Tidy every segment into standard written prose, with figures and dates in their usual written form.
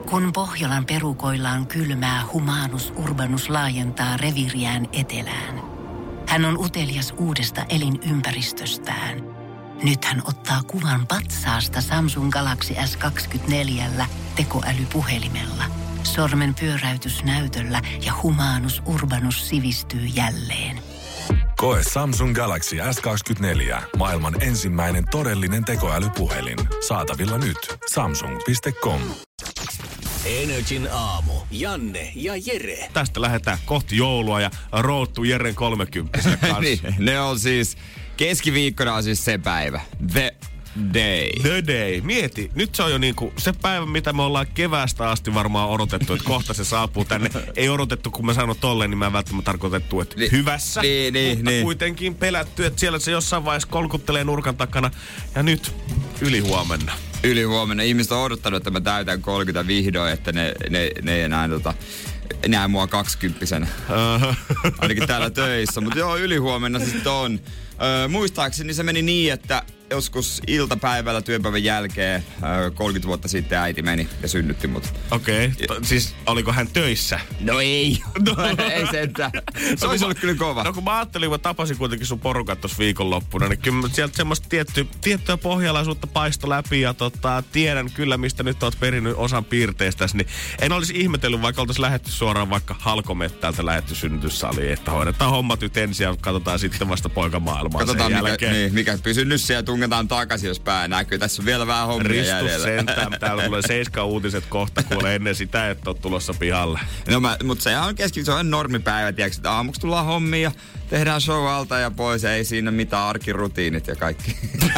Kun Pohjolan perukoillaan kylmää, Humanus Urbanus laajentaa reviiriään etelään. Hän on utelias uudesta elinympäristöstään. Nyt hän ottaa kuvan patsaasta Samsung Galaxy S24 tekoälypuhelimella. Sormen pyöräytys näytöllä ja Humanus Urbanus sivistyy jälleen. Koe Samsung Galaxy S24. Maailman ensimmäinen todellinen tekoälypuhelin. Saatavilla nyt. Samsung.com. NRJ:n aamu. Janne ja Jere. Tästä lähdetään kohti joulua ja road to Jeren 30 kanssa. Niin, ne on siis, keskiviikkona on siis se päivä. The day. Mieti, nyt se on jo niinku se päivä, mitä me ollaan keväästä asti varmaan odotettu, että kohta se saapuu tänne. Ei odotettu, kun mä sanon tolleen, niin mä en välttämättä tarkoitettu, että hyvässä. Mutta kuitenkin pelätty, että siellä se jossain vaiheessa kolkuttelee nurkan takana. Ja nyt ylihuomenna. Ihmiset on odottanut, että mä täytän 30 vihdoin, että ne ei enää mua 20-vuotiaana. Ainakin täällä töissä. Mutta joo, ylihuomenna sitten on. Muistaakseni se meni niin, että joskus iltapäivällä työpäivän jälkeen 30 vuotta sitten äiti meni ja synnytti mut. Okei. Siis oliko hän töissä? No ei. Ei sentään. Se olisi ollut kyllä kova. No kun mä ajattelin, että tapasin kuitenkin sun porukat tossa viikonloppuna, niin kyllä sieltä semmoista tiettyä pohjalaisuutta paisto läpi ja tiedän kyllä, mistä nyt oot perinnyt osan piirteistäsi, niin en olisi ihmetellyt, vaikka oltaisiin lähdetty suoraan vaikka Halkomettältä lähdetty synnytyssaliin, että hoidetaan hommat nyt ensin ja katsotaan sitten vasta poikamaailmaa sen jälkeen. Mikä pysyy nyssä ja tungetaan takaisin, jos pää näkyy. Tässä on vielä vähän hommia jäljellä. Ristus sentään. Täällä tulee 7 uutiset kohta, kuule ennen sitä, että oot tulossa pihalle. No mutta se on normipäivä, tiedätkö, että aamuksi tullaan hommia ja tehdään show alta ja pois. Ei siinä mitään arkirutiinit ja kaikki.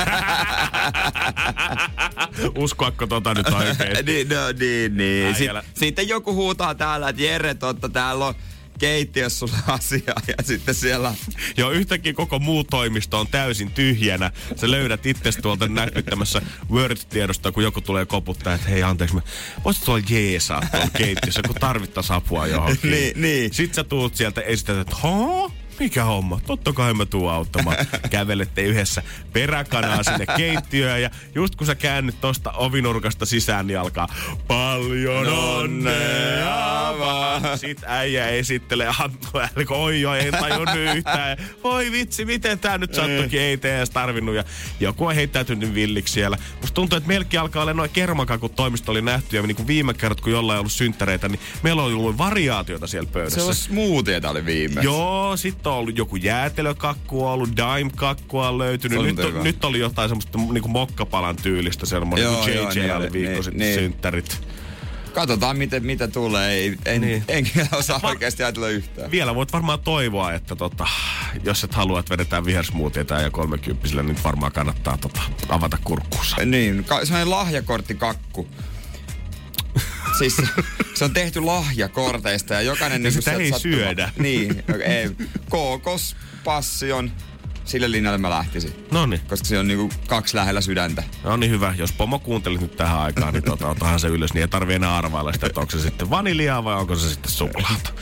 Uskoako nyt oikeesti? Niin. Sitten joku huutaa täällä, että Jere, täällä on keittiössä sulla asiaa ja sitten siellä... Joo, yhtäkkiä koko muu toimisto on täysin tyhjänä. Sä löydät itsesi tuolta näkyttämässä Word-tiedosta, kun joku tulee koputtaa, että hei anteeksi, voisit tuolla jeesaa tuolla keittiössä, kun tarvittaisiin apua johonkin. niin. Sitten sä tuut sieltä esität, että mikä homma? Totta kai mä tuun auttamaan. Kävelette yhdessä peräkanaa sinne keittiöön ja just kun sä käännyt tosta ovinurkasta sisään, niin alkaa paljon onnea vaan. Sitten äijä esittelee oi, ei tajunnut yhtään. Voi vitsi, miten tää nyt sattuikin, ei tee edes tarvinnut. Ja joku on heittäytynyt villiksi siellä. Musta tuntuu, että melkein alkaa olla noin kermakakut toimisto oli nähty ja niin kuin viime kerrat, kun jollain ollut synttäreitä, niin meillä oli ollut variaatiota siellä pöydässä. Se on smoothieita oli viimeksi. Joo, sitten on ollut joku jäätelökakkua, ollut dime-kakkua on löytynyt. Nyt oli jotain semmoista niinku mokkapalan tyylistä semmoinen, kun JJ oli viikko sitten synttärit. Katsotaan, mitä tulee. En kyllä osaa oikeasti ajatella yhtään. Vielä voit varmaan toivoa, että jos et halua, että vedetään vihersmoothieita ja 30-vuotiaille, niin varmaan kannattaa avata kurkkuunsa. Niin, sellainen lahjakorttikakku. Siis se on tehty lahjakorteista ja jokainen... Ja sitä ei syödä. Niin, ei. Kookos, passion, sille linjalle mä lähtisin. Noniin. Koska se on niinku 2 lähellä sydäntä. No niin hyvä. Jos pomo kuuntelit nyt tähän aikaan, niin otahan se ylös, niin ei tarvii enää arvailla sitä, että onko se sitten vaniljaa vai onko se sitten suklaata.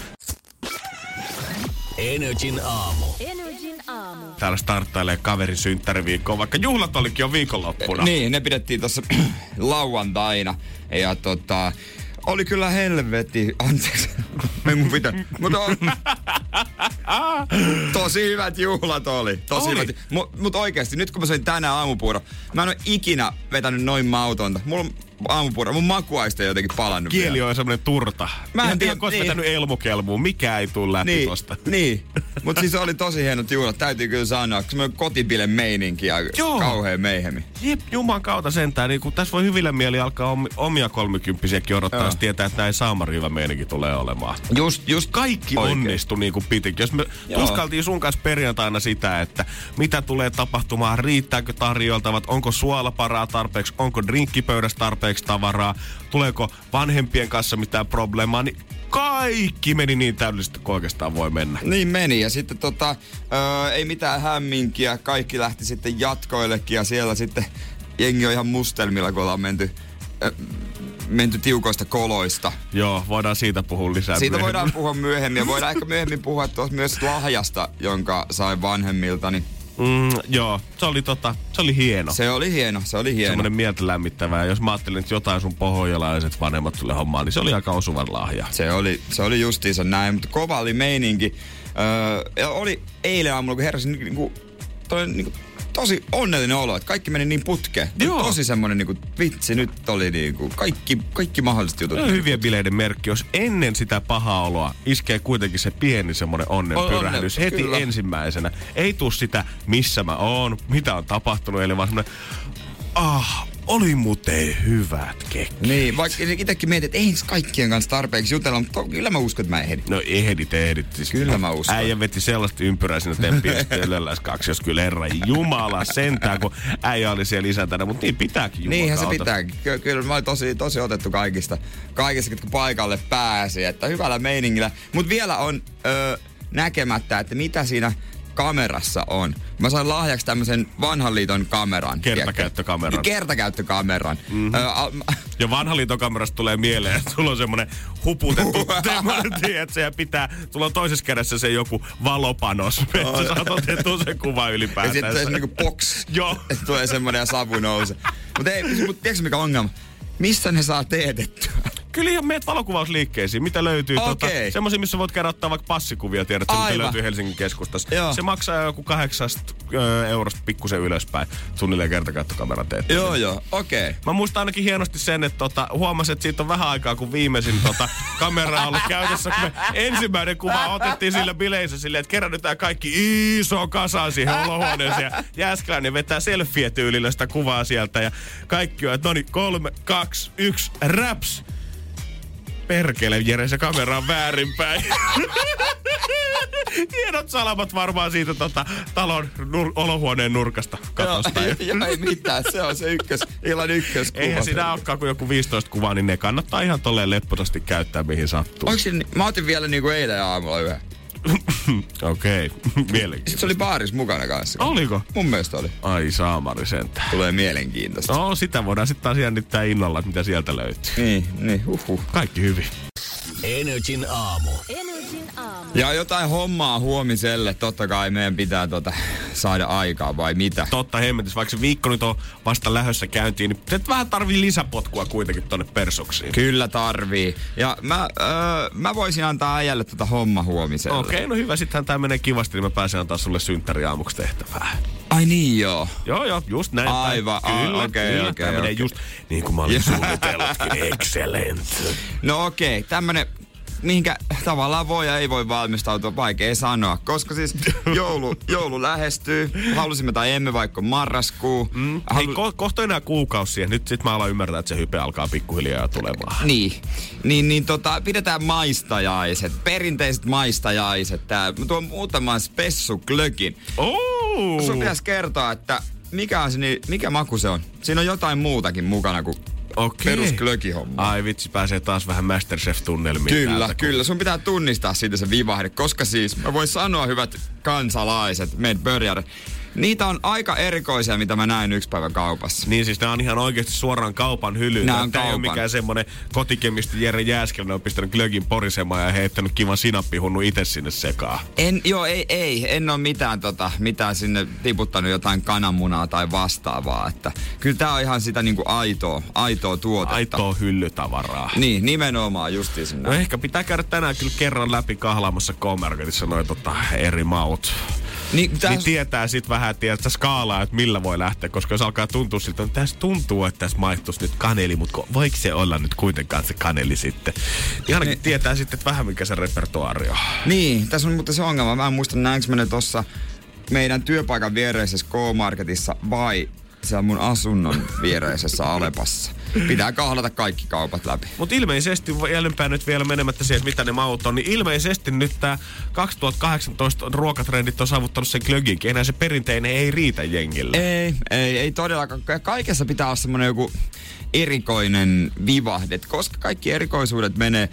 NRJ:n aamu. Täällä starttailee kaverin synttäriviikkoa, vaikka juhlat olikin jo viikonloppuna. Niin, ne pidettiin tuossa lauantaina. Ja oli kyllä helvetti, anteeksi, ei mun pitää, mutta tosi hyvät juhlat oli. Tosi hyvät. Mut oikeesti, nyt kun mä söin tänään aamupuuro, mä en oo ikinä vetänyt noin mautonta. Mulla on aamupuuro, mun makuaiste ei jotenkin palannut Kieli vielä. on semmonen turta. Mä en tiedä, kun ois vetänyt elmukelmuun, mikä ei tuu läpi tosta. Niin, mut siis oli tosi hienot juhlat, täytyy kyllä sanoa, koska semmonen kotipile meininki ja kauheen meihemi. Jep, juman kautta sentään, niin kun tässä voi hyvillä mieli alkaa omia 30-vuotiaisiakin odottaa, jos tietää, että näin saamari hyvä meininki tulee olemaan. Just kaikki onnistui niin kuin pitikin. Jos me tuskaltiin sun kanssa perjantaina sitä, että mitä tulee tapahtumaan, riittääkö tarjoiltavat, onko suolaparaa tarpeeksi, onko drinkkipöydässä tarpeeksi tavaraa, tuleeko vanhempien kanssa mitään probleemaa, niin kaikki meni niin täydellisesti kuin oikeastaan voi mennä. Niin meni ja sitten ei mitään hämminkiä, kaikki lähti sitten jatkoillekin ja siellä sitten jengi on ihan mustelmilla, kun ollaan menty tiukoista koloista. Joo, voidaan siitä puhua lisää siitä myöhemmin. Voidaan puhua myöhemmin ja voidaan ehkä myöhemmin puhua myös lahjasta, jonka sain vanhemmiltani. Joo, se oli hieno. Se oli hieno. Semmoinen mieltä lämmittävää. Jos mä ajattelin, että jotain sun pohjojalaiset vanhemmat sulle hommaa, niin se oli aika osuvan lahja. Se oli justiinsa näin, mutta kova oli meininki. Oli eilen aamulla, kun heräsin tosi onnellinen olo, että kaikki meni niin putkeen. Tosi semmoinen vitsi, nyt oli kaikki mahdolliset jutut. Hyvien bileiden merkki, jos ennen sitä pahaa oloa iskee kuitenkin se pieni semmoinen onnenpyrähdys heti kyllä. Ensimmäisenä. Ei tuu sitä, missä mä oon, mitä on tapahtunut, eli vaan semmoinen, oli muuten hyvät kekit. Niin, vaikka itsekin mietin, että ei kaikkien kanssa tarpeeksi jutella, mutta kyllä mä uskon, että mä ehdin. No ehdit. Siis kyllä mä uskon. Äijä veti sellaista ympyrää siinä temppiä kaksi, jos kyllä herra jumala sentään, kun äijä oli siellä isäntänä, mutta niin pitääkin jumalauta. Niinhän se pitääkin. Kyllä mä olin tosi otettu kaikista, kun paikalle pääsi, että hyvällä meiningillä. Mutta vielä on näkemättä, että mitä siinä kamerassa on. Mä sain lahjaksi tämmöisen vanhan liiton kameran. Kertakäyttökameran. Mm-hmm. Ja vanhan liiton kamerasta tulee mieleen, että sulla on semmonen huputettu tiedätkö, ja sulla on toisessa kädessä se joku valopanos. Sä saat otettua sen kuvan ylipäätään. Ja sitten tulee se box. Joo. Että tulee semmonen ja savu nousee. Mutta tiedätkö mikä ongelma? Missä ne saa teetettyä? Kyllä ihan meet valokuvausliikkeisiin. Mitä löytyy? Semmoisia, missä voit käydä ottaa vaikka passikuvia, tiedätkö, mitä löytyy Helsingin keskustassa. Joo. Se maksaa joku 8 eurosta pikkusen ylöspäin. Suunnilleen kertakäyttökameran teet. Joo, okei. Mä muistan ainakin hienosti sen, että huomasin, että siitä on vähän aikaa, kun viimeisin kamera on ollut käytössä. Kun me ensimmäinen kuva otettiin sillä bileissä silleen, että kerädytään kaikki iso kasaan siihen olohuoneeseen. Ja Jääskeläinen vetää selfie-tyylillä sitä kuvaa sieltä. Ja kaikki on, että no niin, 3, 2, 1, raps. Perkele, Jere, se kamera on väärinpäin. Hienot salamat varmaan siitä talon olohuoneen nurkasta katosta. Joo, ei mitään. Se on se illan ykköskuva. Eihän siinä olekaan kuin joku 15 kuvaa, niin ne kannattaa ihan tolleen lepposasti käyttää, mihin sattuu. Mä otin vielä eilen aamulla yhden. Okei, mielenkiintoista. Sitten se oli baaris mukana kanssa. Oliko? Mun mielestä oli. Ai saamari sentään. Tulee mielenkiintoista. No, sitä voidaan sitten taas jännittää innolla, että mitä sieltä löytyy. Niin, Kaikki hyvin. Energin aamu. Ja jotain hommaa huomiselle, totta kai meidän pitää saada aikaa, vai mitä? Totta hemmetis, vaikka se viikko nyt on vasta lähdössä käyntiin, niin se vähän tarvii lisäpotkua kuitenkin tonne persuksiin. Kyllä tarvii. Ja mä voisin antaa äijälle homma huomiselle. Okei, no hyvä, sittenhän tää menee kivasti, niin mä pääsen antaa sulle synttäriaamuksi tehtävää. Ai niin joo. Joo, just näin. Aivan, okei. Tää menee just niin kuin mä olin suunnitellutkin. Excellent. No okei, tämmönen mihinkä tavallaan voi ja ei voi valmistautua, vaikea sanoa. Koska siis joulu lähestyy, halusimme tai emme, vaikka marraskuu. Kohta enää kuukausi siihen. Nyt sit mä alan ymmärtää, että se hype alkaa pikkuhiljaa tulemaan. Niin, pidetään maistajaiset, perinteiset maistajaiset. Mä tuon muutaman spessuglögin. Sun pitäisi kertoa, että mikä maku se on. Siinä on jotain muutakin mukana kuin perusglögihomma. Ai vitsi, pääsee taas vähän Masterchef-tunnelmiin. Kyllä. Sun pitää tunnistaa siitä se vivahde, koska siis mä voin sanoa, hyvät kansalaiset, meidän börjäret, niitä on aika erikoisia, mitä mä näin yksi päivä kaupassa. Niin siis nämä on ihan oikeasti suoraan kaupan hyllyyn. Tämä ei ole mikään semmonen kotikemisti Jere Jääskelä on pistänyt glögin porisemaan ja heittänyt kivan sinappihunnu itse sinne sekaan. En ole mitään sinne tiputtanut jotain kananmunaa tai vastaavaa. Että kyllä tää on ihan sitä niinku aitoa tuotetta. Aitoa hyllytavaraa. Niin, nimenomaan justiin sinne. No ehkä pitää käydä tänään kyllä kerran läpi kahlaamassa K-Marketissa noin eri maut. Niin tietää sit vähän, tiedätkö, skaalaa, että millä voi lähteä, koska jos alkaa tuntua siltä, että tässä tuntuu, että tässä maistus nyt kaneli, mutta voiko se olla nyt kuitenkaan se kaneli sitten? Niin ainakin tietää sitten, että vähän mikä se repertuaari on. Niin, tässä on mutta se ongelma. Mä en muista, näinkö mä ne tossa meidän työpaikan viereisessä K-Marketissa vai siellä mun asunnon viereisessä Alepassa. Pitää kahlata kaikki kaupat läpi. Mutta ilmeisesti, jäljempään nyt vielä menemättä siihen, mitä ne maut on, niin ilmeisesti nyt tää 2018 ruokatrendit on saavuttanut sen glöginkin. Enää se perinteinen ei riitä jengille. Ei todellakaan. Kaikessa pitää olla semmonen joku erikoinen vivahde, koska kaikki erikoisuudet menee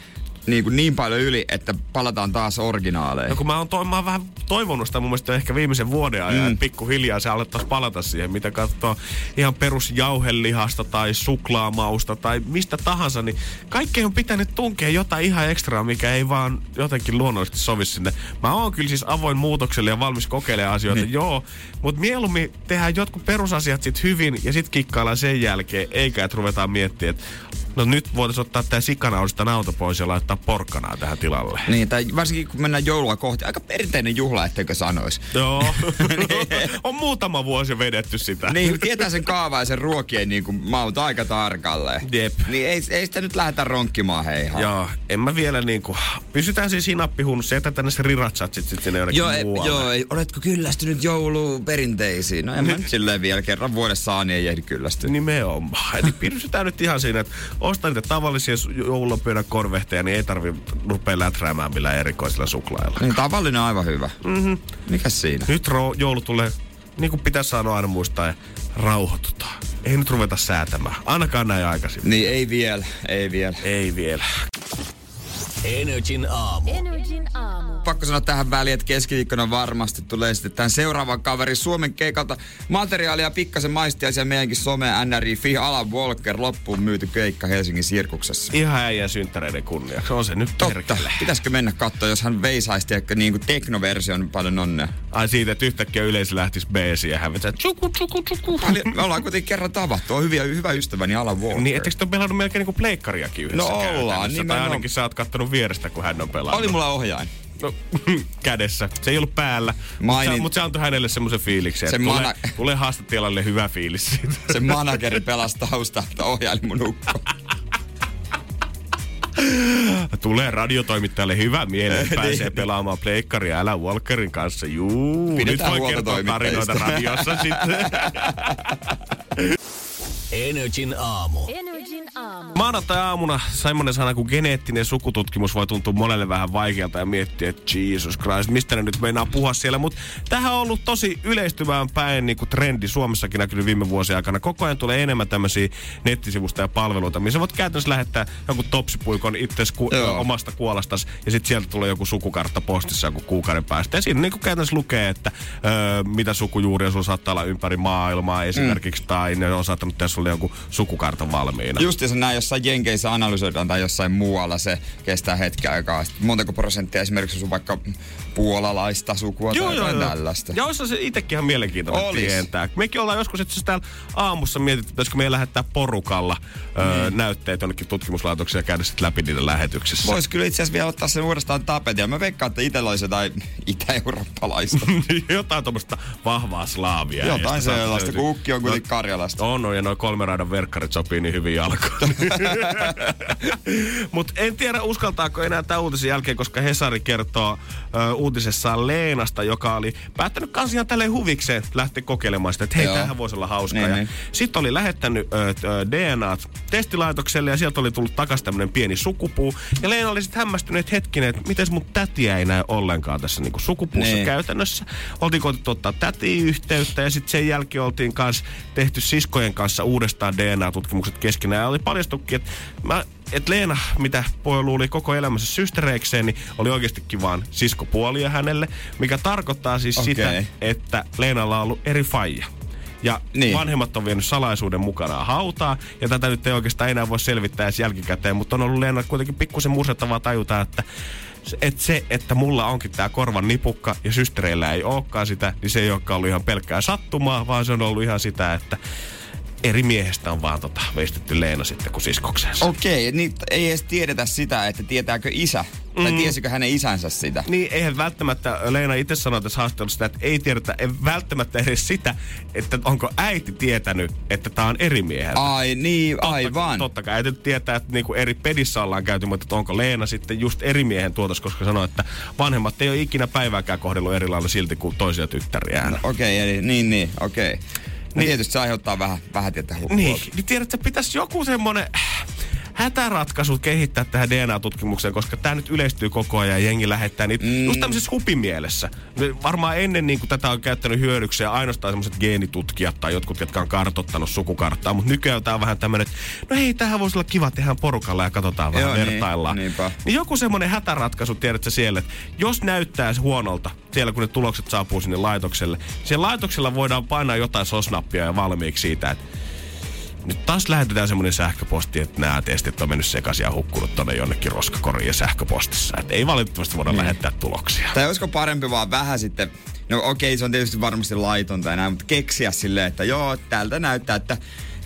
niin paljon yli, että palataan taas originaaleihin. No kun mä oon vähän toivonut sitä mun mielestä ehkä viimeisen vuoden ajan, että pikkuhiljaa se alettaisiin palata siihen, mitä katsoo ihan perusjauhelihasta tai suklaamausta tai mistä tahansa, niin kaikkeen on pitänyt tunkea jotain ihan ekstraa, mikä ei vaan jotenkin luonnollisesti sovi sinne. Mä oon kyllä siis avoin muutokselle ja valmis kokeilemaan asioita, joo, mutta mieluummin tehdään jotkut perusasiat sit hyvin ja sit kikkaillaan sen jälkeen, eikä että ruvetaan miettimään, että no nyt voitaisiin ottaa tää sikanaudista nauta pois ja laittaa porkkanaa tähän tilalle. Niin, tai varsinkin kun mennään joulua kohti. Aika perinteinen juhla, etteikö sanois. Joo. On muutama vuosi vedetty sitä. Niin, tietää sen kaavaa ja sen ruokien niin kuin maut aika tarkalleen. Jep. Niin ei sitä nyt lähdetä ronkkimaan heihan. Joo, en mä vielä niinku. Pysytään siis hinappihunnussa, jätä tänne se riratsatsit sit sinne jonnekin muualle. Joo, oletko kyllästynyt jouluperinteisiin? No en mä nyt silleen vielä kerran vuodessa saa, niin ei ehdi kyllästyä. Nimenomaan. Eli pysytään nyt ihan siinä, että ostaa niitä tavallisia joulupyönä korvehteja, niin ei tarvi rupea läträämään millään erikoisilla suklailla. Niin, tavallinen on aivan hyvä. Mm-hmm. Mikäs siinä? Nyt joulu tulee, niin kuin pitäisi sanoa aina muistaa, ja rauhoitutaan. Ei nyt ruveta säätämään. Ainakaan näin aikaisin. Niin, ei vielä. Ei vielä. Energin aamu. Pakko sanoa tähän väliin, että keskiviikkona varmasti tulee sitten tämän seuraavan kaverin Suomen keikalta materiaalia pikkasen maistiaisia meidänkin someen NRI Alan Walker loppuun myyty keikka Helsingin Sirkuksessa. Ihan äijän synttäreiden kunniaksi. On se nyt perkele. Pitäisikö mennä katsoa, jos hän veisaisi niin kuin teknoversion paljon onnea? Ai siitä, että yhtäkkiä yleisö lähtisi beesiin ja hän vetää tsuku. Me ollaan kuitenkin kerran tavattu. On hyvä ystäväni Alan Walker. Niin, etteikö te ole pelannut melkein niin kuin pleikkariakin yhdessä? No ollaan. Tai ainakin sä oot kattonut vierestä, kun hän on pelannut. Oli mulla ohjain. No, kädessä. Se ei ollut päällä. Mutta se antoi hänelle semmoisen fiiliksen, että tulee haastattelulle hyvä fiilis siitä. Se manageri pelasi taustalta, ohjaili mun ukko. Tulee radiotoimittajalle hyvä mieli, että pääsee pelaamaan pleikkaria Alan Walkerin kanssa. Juu, pidetään nyt voi kertoa tarinoita radiossa sitten. Energin aamu. Maanantai-aamuna semmoinen sana kuin geneettinen sukututkimus voi tuntua monelle vähän vaikealta ja miettiä, että Jesus Christ, mistä ne nyt meinaa puhua siellä. Mutta tämähän on ollut tosi yleistymään päin niin kuin trendi Suomessakin näkynyt viime vuosien aikana. Koko ajan tulee enemmän tämmöisiä nettisivusta ja palveluita, missä voit käytännössä lähettää jonkun topsipuikon itse omasta kuolastasi ja sitten sieltä tulee joku sukukartta postissa joku kuukauden päästä. Ja siinä niin kuin käytännössä lukee, että mitä sukujuuria sulla saattaa olla ympäri maailmaa esimerkiksi, tai ne on saattanut tehdä sulle joku sukukartan valmiina. Justiinsa näin jossain Jenkeissä analysoidaan tai jossain muualla se kestää hetken aikaa. Sitten montako prosenttia esimerkiksi sun vaikka puolalaista sukua tai jotain tällaista. Ja olisi se itsekin ihan mielenkiintoinen tietää. Mekin ollaan joskus itse täällä aamussa mietitty, että pitäisikö meidän lähettää porukalla näytteet jonnekin tutkimuslaitoksiin ja käydä sitten läpi niiden lähetyksissä. Voisi kyllä itse asiassa vielä ottaa sen uudestaan tapetin. Mä veikkaan, että itsellä olisi jotain itä-eurooppalaista. Jotain tuommoista vahvaa slaavia. Jotain sellaista, kun ukki on kuitenkin Karjalasta. On, ja noin 3 raidan verkkarit sopii niin hyvin jalkaan. Mutta en tiedä, uskaltaako enää tämän uutisen jälkeen, koska Hesari kertoo uutisessaan Leenasta, joka oli päättänyt kans ihan tälleen huvikseen lähteä kokeilemaan sitä, että hei, tämähän voisi olla hauskaa. Niin. Sitten oli lähettänyt DNAt testilaitokselle ja sieltä oli tullut takaisin tämmönen pieni sukupuu. Ja Leena oli sitten hämmästynyt, että hetkinen, että miten mun tätiä ei näy ollenkaan tässä niinku sukupuussa käytännössä. Oltiin koetettu ottaa tätiin yhteyttä ja sitten sen jälkeen oltiin kanssa tehty siskojen kanssa uudestaan DNA-tutkimukset keskenään. Ja oli paljastukin, että Leena, mitä pojat luuli koko elämänsä systereikseen, niin oli oikeastikin vaan siskopuolia hänelle, mikä tarkoittaa siis sitä, että Leenalla on ollut eri faija. Ja vanhemmat on vienyt salaisuuden mukanaan hautaa, ja tätä nyt ei oikeastaan enää voi selvittää edes jälkikäteen, mutta on ollut Leena kuitenkin pikkusen musettavaa tajuta, että mulla onkin tää korvan nipukka ja systereillä ei olekaan sitä, niin se ei olekaan ollut ihan pelkkää sattumaa, vaan se on ollut ihan sitä, että eri miehestä on vaan veistetty Leena sitten kuin siskoksensa. Okei, niin ei edes tiedetä sitä, että tietääkö isä, tai tiesikö hänen isänsä sitä. Niin, eihän välttämättä, Leena itse sanoi tässä haastattelussa, että ei tiedetä välttämättä edes sitä, että onko äiti tietänyt, että tää on eri mieheltä. Ai niin, aivan. Totta kai äiti tietää, että niinku eri pedissä ollaan käyty, mutta että onko Leena sitten just eri miehen tuotos, koska sanoi, että vanhemmat ei ole ikinä päivääkään kohdellut eri lailla silti kuin toisia tyttäriään. No, okei, okei. No niin, tietysti se aiheuttaa vähän tietää huolta. Niin tiedät, että pitäisi joku semmonen hätäratkaisut kehittää tähän DNA-tutkimukseen, koska tää nyt yleistyy koko ajan ja jengi lähettää niitä just tämmöisessä hupimielessä. Varmaan ennen niin kuin tätä on käyttänyt hyödykseen ainoastaan semmoiset geenitutkijat tai jotkut, jotka on kartoittanut sukukarttaa, mutta nykyään tää on vähän tämmönen, no hei, tämähän voisi olla kiva, tehdään porukalla ja katsotaan vähän, vertaillaan. Niin joku semmonen hätäratkaisu, tiedätkö siellä, että jos näyttää huonolta, siellä kun ne tulokset saapuu sinne laitokselle, siellä laitoksella voidaan painaa jotain sosnappia ja valmiiksi siitä, että nyt taas lähetetään semmoinen sähköposti, että nämä testit on mennyt sekaisin ja hukkunut tonne jonnekin roskakoriin sähköpostissa. Että ei valitettavasti voida lähettää tuloksia. Tai olisiko parempi vaan vähän sitten, no okei, se on tietysti varmasti laitonta ja näin, mutta keksiä silleen, että joo, täältä näyttää, että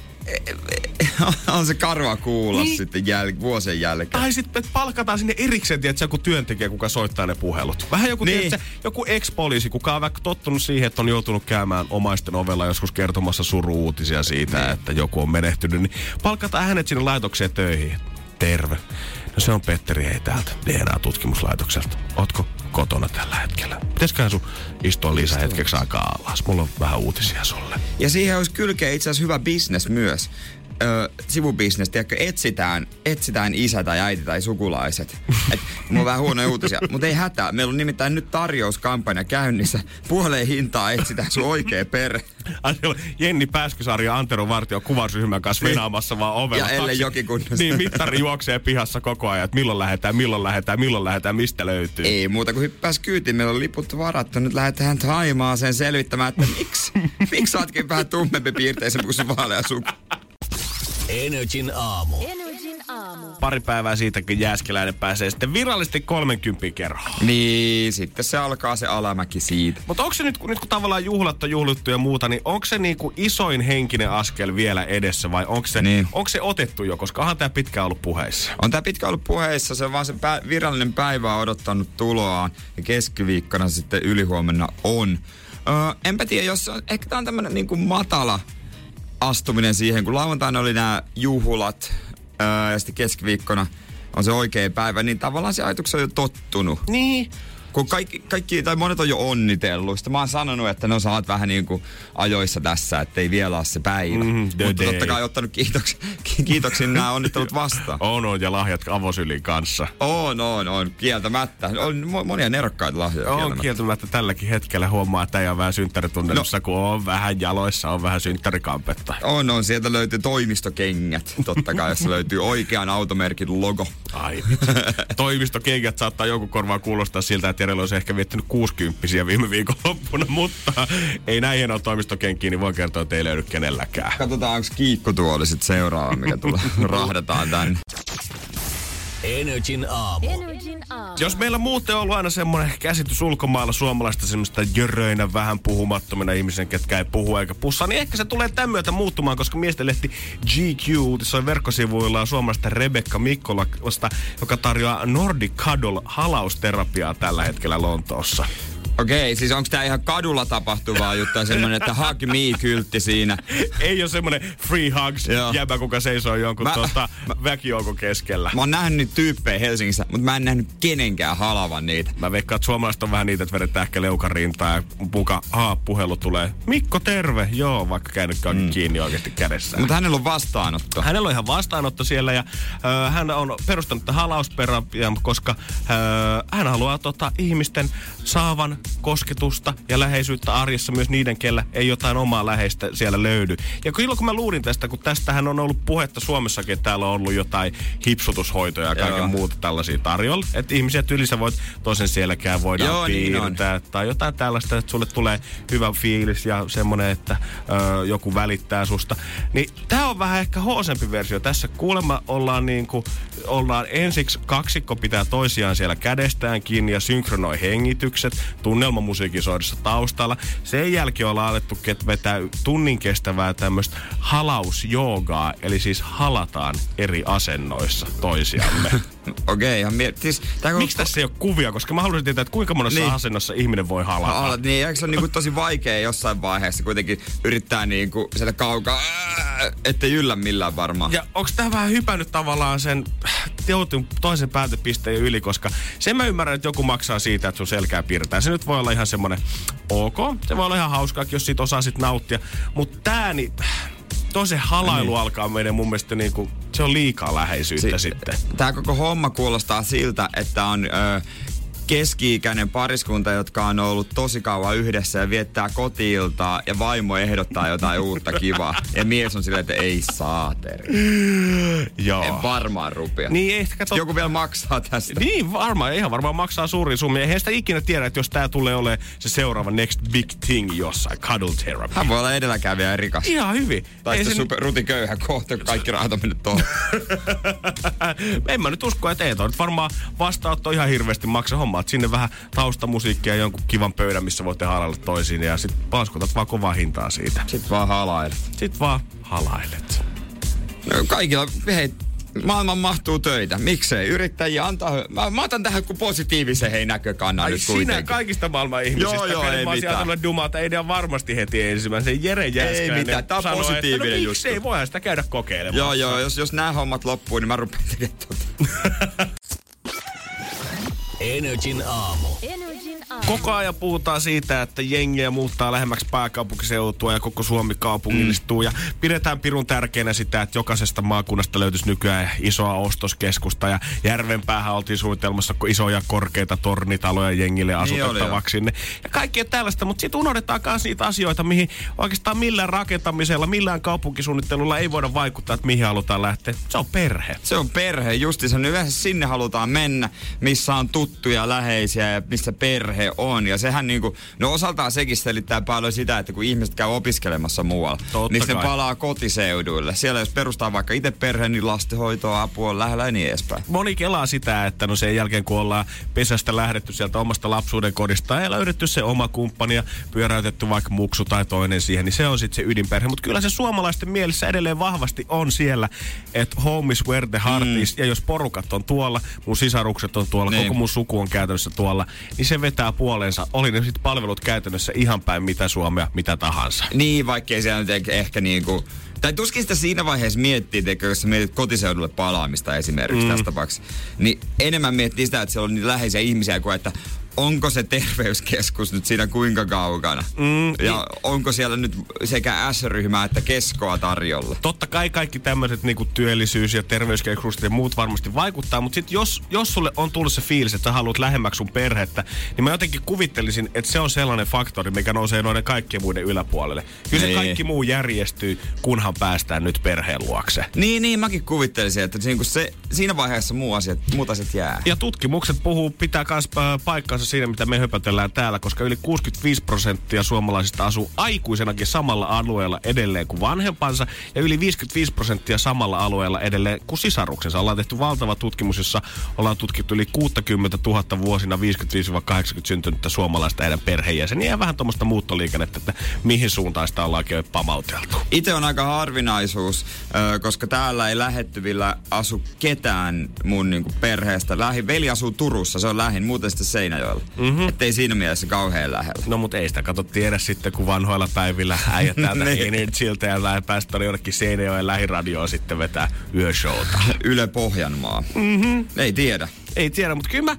on se karua kuulla niin. Sitten vuosien jälkeen. Tai sitten palkataan sinne erikseen, tiedätkö, joku työntekijä, kuka soittaa ne puhelut. Vähän joku, niin. Tiedätkö, joku ex-poliisi, kuka on vaikka tottunut siihen, että on joutunut käymään omaisten ovella joskus kertomassa suru-uutisia siitä, niin. Että joku on menehtynyt. Niin palkataan hänet sinne laitokseen töihin. Terve. No se on Petteri, hei täältä DNA-tutkimuslaitokselta. Ootko kotona tällä hetkellä? Pitäisiköhän sun istua Liisa hetkeksi aikaa alas? Mulla on vähän uutisia sulle. Ja siihen olisi kylkeä itse asiassa hyvä bisnes myös. Sivubisnes, tiedätkö, etsitään isä tai äiti tai sukulaiset. Mulla on vähän huonoja uutisia, mutta ei hätää. Meillä on nimittäin nyt tarjouskampanja käynnissä. Puoleen hintaa etsitään sun oikea perhe. Jenni Pääskysaari ja Antero Vartio kuvausryhmän kanssa venaamassa vaan ovella. Ja ellei jokin kunnossa. Niin, mittari juoksee pihassa koko ajan, että milloin lähdetään, mistä löytyy. Ei muuta kuin hyppääs kyytiin. Meillä on liput varattu. Nyt lähdetään Thaimaaseen selvittämään, että miksi sä ootkin vähän tummempi piirteisempi kuin sun vaalea suku. Energin aamu. Pari päivää siitäkin Jääskeläinen pääsee sitten virallisesti 30 kerhoon. Niin, sitten se alkaa se alamäki siitä. Mutta onko se nyt kun tavallaan juhlat on juhlittu ja muuta, niin onko se niinku isoin henkinen askel vielä edessä vai onko se otettu jo? Koska onhan tää pitkään ollut puheissa. On tää pitkään ollut puheissa, se on vaan se virallinen päivä on odottanut tuloaan ja keskiviikkona sitten ylihuomenna on. Enpä tiedä, jos on, ehkä tää on tämmönen niinku matala astuminen siihen, kun lauantaina oli nämä juhlat ja sitten keskiviikkona on se oikea päivä, niin tavallaan se ajatukset on jo tottunut. Niin. Kun kaikki tai monet on jo onnitellut. Sitten mä oon sanonut, että no sä oot vähän niin kuin ajoissa tässä, ettei vielä ole se päivä. Mutta totta kai ottanut kiitoksin nämä onnittelut vastaan. On, ja lahjat avosylin kanssa. On, kieltämättä. On monia nerokkaita lahjoja. On kieltämättä tälläkin hetkellä huomaa, että ei ole vähän synttäritunnelmissa, kun on vähän jaloissa, on vähän synttärikampetta. On, sieltä löytyy toimistokengät. Totta kai, jos löytyy oikean automerkin logo. Ai toimistokengät saattaa joku korvaa kuulostaa siltä, että Jerellä olisi ehkä viettänyt 60 viime viikonloppuna, mutta ei näin hienoa toimistokenkiä, niin voin kertoa, että ei löydy kenelläkään. Katsotaan, onko kiikkutuoli sitten seuraava, mikä tulee. Rahdataan tänne. Energin aamu. Jos meillä muuten on ollut aina semmoinen käsitys ulkomailla suomalaista semmoista jöröinä vähän puhumattomina ihmisen, ketkä ei puhu eikä pussaa, niin ehkä se tulee tämän myötä muuttumaan, koska miestenlehti GQ uutisoi verkkosivuillaan suomalaista Rebekka Mikkolasta, joka tarjoaa Nordic Cuddle halausterapiaa tällä hetkellä Lontoossa. Okei, siis onko tää ihan kadulla tapahtuvaa juttua, semmonen, että hug me-kyltti siinä? Ei oo semmonen free hugs jäbä, kuka seisoo jonkun väkijoukon keskellä. Mä oon nähnyt tyyppejä Helsingissä, mutta mä en nähnyt kenenkään halavan niitä. Mä veikkaan, että suomalaiset on vähän niitä, että vedetään ehkä leukarintaa ja puhelu tulee. Mikko, terve! Joo, vaikka käynytkään kiinni oikeasti kädessä. Mutta hänellä on vastaanotto. Hänellä on ihan vastaanotto siellä ja hän on perustanut halausterapian, koska hän haluaa ihmisten saavan kosketusta ja läheisyyttä arjessa myös niiden, kellä ei jotain omaa läheistä siellä löydy. Ja silloin kun mä luulin tästä, kun tästähän on ollut puhetta Suomessakin, että täällä on ollut jotain hipsutushoitoja ja kaiken muuta tällaisia tarjolla. Että ihmisiä ylissä voit toisen selkään voidaan piirtää tai jotain tällaista, että sulle tulee hyvä fiilis ja semmonen, että joku välittää susta. Niin tää on vähän ehkä hoosempi versio. Tässä kuulemma ollaan ensiksi kaksikko pitää toisiaan siellä kädestään kiinni ja synkronoi hengitykset, tunnelmamusiikin soidessa taustalla. Sen jälkeen ollaan alettu vetää tunnin kestävää tämmöistä halausjoogaa, eli siis halataan eri asennoissa toisiamme. Okei, siis miksi tässä ei ole kuvia? Koska mä haluaisin tietää, että kuinka monessa asennossa ihminen voi halata. Niin, eikö se on tosi vaikea jossain vaiheessa kuitenkin yrittää sieltä kaukaa, ettei yllä millään varmaan. Ja onko tää vähän hypännyt tavallaan sen toisen päätepisteen yli, koska sen mä ymmärrän, että joku maksaa siitä, että sun selkää piirretään. Se nyt voi olla ihan semmonen ok, se voi olla ihan hauskaa, jos siitä osaa sit nauttia. Mutta tää niin tosi halailu alkaa meidän mun mielestä niinku, se on liikaa läheisyyttä sitten. Tää koko homma kuulostaa siltä, että on keski-ikäinen pariskunta, jotka on ollut tosi kauan yhdessä ja viettää koti-iltaa ja vaimo ehdottaa jotain uutta kivaa. Ja mies on silleen, että ei saateri. Joo. En varmaan rupea. Niin, ehkä joku vielä maksaa tästä. Niin, varmaan. Ihan varmaan maksaa suuria summia. Eihän sitä ikinä tiedä, että jos tää tulee olemaan se seuraava next big thing jossain. Cuddle therapy. Hän voi olla edelläkävijä ja rikas. Ihan hyvin. Tai sitten rutiköyhä kohta, kun kaikki rahat on mennyt tuohon. En mä nyt usko, että ei toi nyt varmaan vastaanotto ihan hirveästi maksa hommaa. Sinne vähän taustamusiikkia ja jonkun kivan pöydän, missä voitte halailla toisiin ja sit paskutat vaan kovaa hintaa siitä. Sitten vaan halailet. No, kaikilla, hei, maailman mahtuu töitä. Miksei? Yrittäjiä antaa... Mä otan tähän kuin positiivisen näkökannan nyt kuitenkin. Sinä kaikista maailman ihmisistä. Joo, ei mitään. Mä dumata, ei ne varmasti heti ensimmäisen. Jere Jäskäinen ei mitään, tää on sanoi, positiivinen että, juttu. Miksei, voihan sitä käydä kokeilemaan. Joo, jos nämä hommat loppuu, niin mä rupean tekemään Energin aamu. Koko ajan puhutaan siitä, että jengiä muuttaa lähemmäksi pääkaupunkiseutua ja koko Suomi kaupungillistuu. Ja pidetään pirun tärkeänä sitä, että jokaisesta maakunnasta löytyisi nykyään isoa ostoskeskusta. Ja Järvenpäähän oltiin suunnitelmassa isoja korkeita tornitaloja jengille asutettavaksi sinne. Ja kaikkea tällaista, mutta sitten unohdetaan myös niitä asioita, mihin oikeastaan millään rakentamisella, millään kaupunkisuunnittelulla ei voida vaikuttaa, että mihin halutaan lähteä. Se on perhe. Se on perhe, justiinsa. Yleensä sinne halutaan mennä, missä on tuttuja, läheisiä ja missä perhe on. Ja sehän niinku, no osaltaan sekin selittää paljon sitä, että kun ihmiset käy opiskelemassa muualla, niin ne palaa kotiseuduille. Siellä jos perustaa vaikka itse perheen, niin lastenhoitoa, apua on lähellä ja niin edespäin. Moni kelaa sitä, että no sen jälkeen kun ollaan pesästä lähdetty sieltä omasta lapsuuden kodista ja löydetty se oma kumppani ja pyöräytetty vaikka muksu tai toinen siihen, niin se on sitten se ydinperhe. Mutta kyllä se suomalaisten mielessä edelleen vahvasti on siellä, että home is where the heart is. Ja jos porukat on tuolla, mun sisarukset on tuolla, koko mun suku on käytännössä tuolla, niin se vetää puoleensa. Oli ne sitten palvelut käytännössä ihan päin mitä Suomea, mitä tahansa. Niin, vaikkei siellä nyt ehkä niinku... Tai tuskin sitä siinä vaiheessa miettii, jos sä mietit kotiseudulle palaamista esimerkiksi tässä tapauksessa, niin enemmän miettii sitä, että siellä on niin läheisiä ihmisiä kuin, että onko se terveyskeskus nyt siinä kuinka kaukana? Ja onko siellä nyt sekä S-ryhmää että keskoa tarjolla? Totta kai kaikki tämmöiset niinku työllisyys- ja terveyskeskukset ja muut varmasti vaikuttaa, mutta sitten jos sulle on tullut se fiilis, että sä haluat lähemmäksi sun perhettä, niin mä jotenkin kuvittelisin, että se on sellainen faktori, mikä nousee noiden kaikkien muiden yläpuolelle. Kyllä se kaikki muu järjestyy, kunhan päästään nyt perheen luokse. Niin mäkin kuvittelisin, että siinä vaiheessa muut asiat jää. Ja tutkimukset pitää myös paikkaansa siinä, mitä me höpötellään täällä, koska yli 65% suomalaisista asuu aikuisenakin samalla alueella edelleen kuin vanhempansa ja yli 55% samalla alueella edelleen kuin sisaruksensa. Ollaan tehty valtava tutkimus, jossa ollaan tutkittu yli 60 000 vuosina 55-80 syntynyttä suomalaista heidän perheenjäseniä ja vähän tuommoista muuttoliikennettä, että mihin suuntaan sitä ollaan oikein pamauteltu. Itse on aika harvinaisuus, koska täällä ei lähettyvillä asu ketään mun niinku perheestä. Veli asuu Turussa, se on lähin, muuten sitten Seinäjoella. Ettei siinä mielessä kauhean lähellä. No mut ei sitä kato tiedä sitten, kun vanhoilla päivillä äijät täältä Energiltä ja päästä jonnekin Seinäjoen lähiradioon sitten vetää yöshowta. Yle Pohjanmaa. Ei tiedä. Ei tiedä, mutta kyllä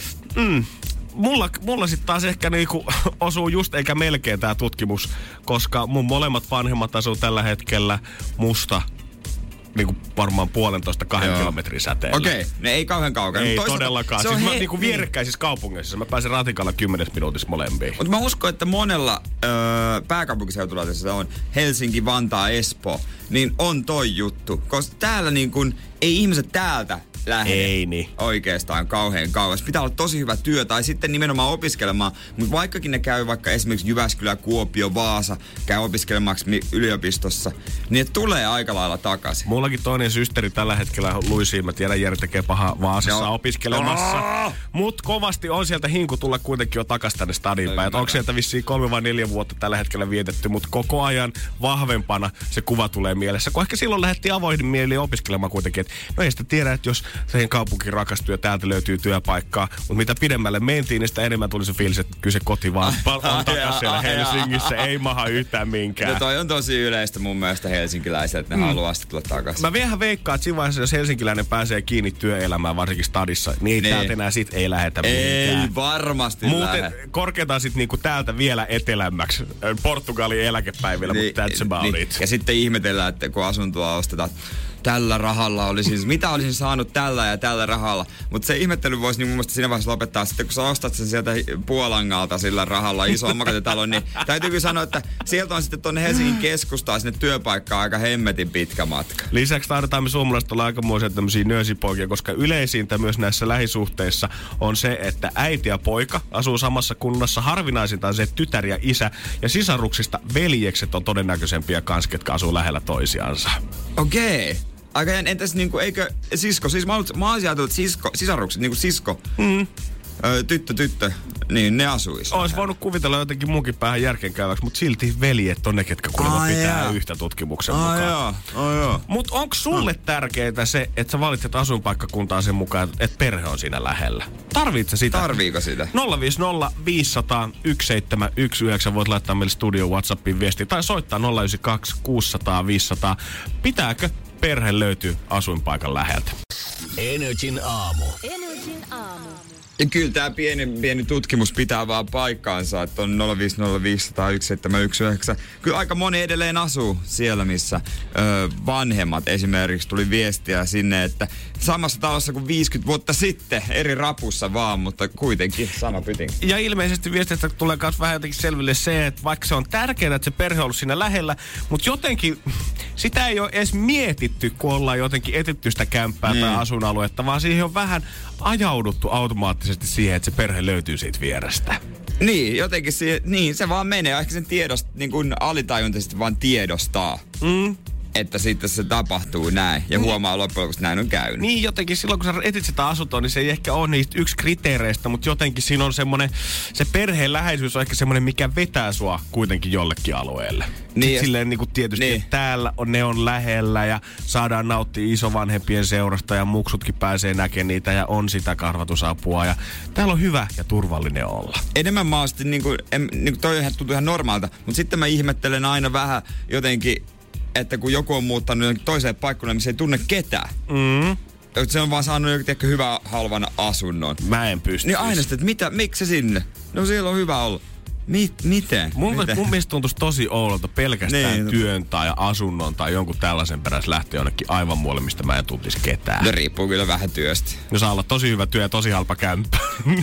Mulla sitten taas ehkä niinku osuu just eikä melkein tää tutkimus, koska mun molemmat vanhemmat asuu tällä hetkellä musta niinku varmaan 1,5-2 kilometrin säteellä. Okei, ne ei kauhean kaukana. Ei todellakaan. Siis mä niinku vierekkäisissä kaupungeissa. Mä pääsen ratikalla 10 minuutissa molempiin. Mutta mä uskon, että monella pääkaupunkiseutulaisessa on Helsinki, Vantaa, Espoo, niin on toi juttu. Koska täällä niin kun, ei ihmiset täältä lähde. Ei niin. Oikeastaan kauhean kauas. Pitää olla tosi hyvä työ tai sitten nimenomaan opiskelemaan. Mutta vaikkakin ne käy vaikka esimerkiksi Jyväskylä, Kuopio, Vaasa, käy opiskelemaksi yliopistossa, niin ne tulee aika lailla takaisin. Mullakin toinen systeri tällä hetkellä Luisiin. Mä tiedän, Jere tekee pahaa Vaasassa opiskelemassa. Mut kovasti on sieltä hinku tulla kuitenkin jo takaisin tänne stadiin päin. Onko sieltä vissiin 3 vai 4 vuotta tällä hetkellä vietetty, mutta koko ajan vahvempana se kuva tulee mielessä. Kun ehkä silloin lähdettiin avoin mieliin opiskelemaan kuitenkin. Et no ei sitä tiedä, että jos siihen kaupunkiin rakastuu ja täältä löytyy työpaikkaa. Mutta mitä pidemmälle mentiin, niin sitä enemmän tuli se fiilis, että kyllä se koti vaan on takas siellä Helsingissä, ei maha yhtään minkään. No toi on tosi yleistä mun mielestä helsinkiläisiä, että ne haluaa sitten tulla takaisin. Mä vähän veikkaan, että siinä vaiheessa, jos helsinkiläinen pääsee kiinni työelämään, varsinkin stadissa, niin ei täältä enää ei lähetä mihinkään. Ei varmasti lähde. Korkeintaan sitten niinku täältä vielä etelämmäksi. Portugalin eläkepäivillä, mutta that's about it. Ja sitten ihmetellään, että kun asuntoa ostetaan, tällä rahalla oli siis, mitä olisin saanut tällä ja tällä rahalla. Mutta se ihmettely voisi niin mun mielestä siinä vaiheessa lopettaa. Sitten kun sä ostat sen sieltä Puolangalta sillä rahalla iso omakotitalon, niin täytyy sanoa, että sieltä on sitten tuonne Helsingin keskustaan sinne työpaikkaan aika hemmetin pitkä matka. Lisäksi taidetaan me suomalaiset olla aikamoisia tämmöisiä nöösipoikia, koska yleisintä myös näissä lähisuhteissa on se, että äiti ja poika asuu samassa kunnassa. Harvinaisinta on se, että tytär ja isä ja sisaruksista veljekset on todennäköisempiä kans, ketkä asuu lähellä toisiansa. Okei. Aika entäs niinku, eikö sisko, siis mä olisin ajatellut, että sisarukset, niinku sisko, tyttö, niin ne asuis. Ois voinut kuvitella jotenkin munkin päähän järkeenkäyväksi, mutta silti veljet on ne, ketkä kuulemma pitää yhtä tutkimuksen mukaan. Mut onko sulle tärkeää se, että sä valitset asuinpaikkakuntaa sen mukaan, että perhe on siinä lähellä? Tarvitset sitä? Tarviiko sitä? 050 500 1719 voit laittaa meille studio WhatsAppiin viesti tai soittaa 092 600 500. Pitääkö perhe löytyy asuinpaikan läheltä? Energin aamu. Ja kyllä tää pieni tutkimus pitää vaan paikkaansa, että on 050501719. Kyllä aika moni edelleen asuu siellä, missä vanhemmat esimerkiksi tuli viestiä sinne, että samassa talossa kuin 50 vuotta sitten, eri rapussa vaan, mutta kuitenkin sama pytin. Ja ilmeisesti viestistä tulee myös vähän jotenkin selville se, että vaikka se on tärkeää, että se perhe on ollut siinä lähellä, mutta jotenkin sitä ei ole edes mietitty, kun ollaan jotenkin etitty sitä kämppää tai asuinaluetta, vaan siihen on vähän ajauduttu automaattisesti siihen, että se perhe löytyy siitä vierestä. Niin, jotenkin se vaan menee. Ehkä sen niin kuin alitajuntaisesti vaan tiedostaa. Että sitten se tapahtuu näin ja huomaa loppujen lopuksi, näin on käynyt. Niin jotenkin silloin, kun sä etit sitä asuntoa, niin se ei ehkä ole niistä yksi kriteereistä, mutta jotenkin siinä on semmoinen, se perheen läheisyys on ehkä semmoinen, mikä vetää sua kuitenkin jollekin alueelle. Niin, silleen niin kuin tietysti, että täällä ne on lähellä ja saadaan nauttia isovanhempien seurasta ja muksutkin pääsee näkemään niitä ja on sitä karvatusapua ja täällä on hyvä ja turvallinen olla. Enemmän mä oon sitten, niin kuin toi tuntuu ihan normaalta, mutta sitten mä ihmettelen aina vähän jotenkin, että kun joku on muuttanut toiseen paikkaan, missä ei tunne ketään. Se on vaan saanut joku hyvän halvan asunnon. Mä en pysty. Niin aina sitten, että miksi se sinne? No siellä on hyvä olla. Miten? Mun mielestä tuntuisi tosi oudolta pelkästään työn tai asunnon tai jonkun tällaisen perässä lähteä jonnekin aivan muualle, mistä mä en tuntisi ketään. No riippuu kyllä vähän työstä. No saa olla tosi hyvä työ ja tosi halpa kämppä.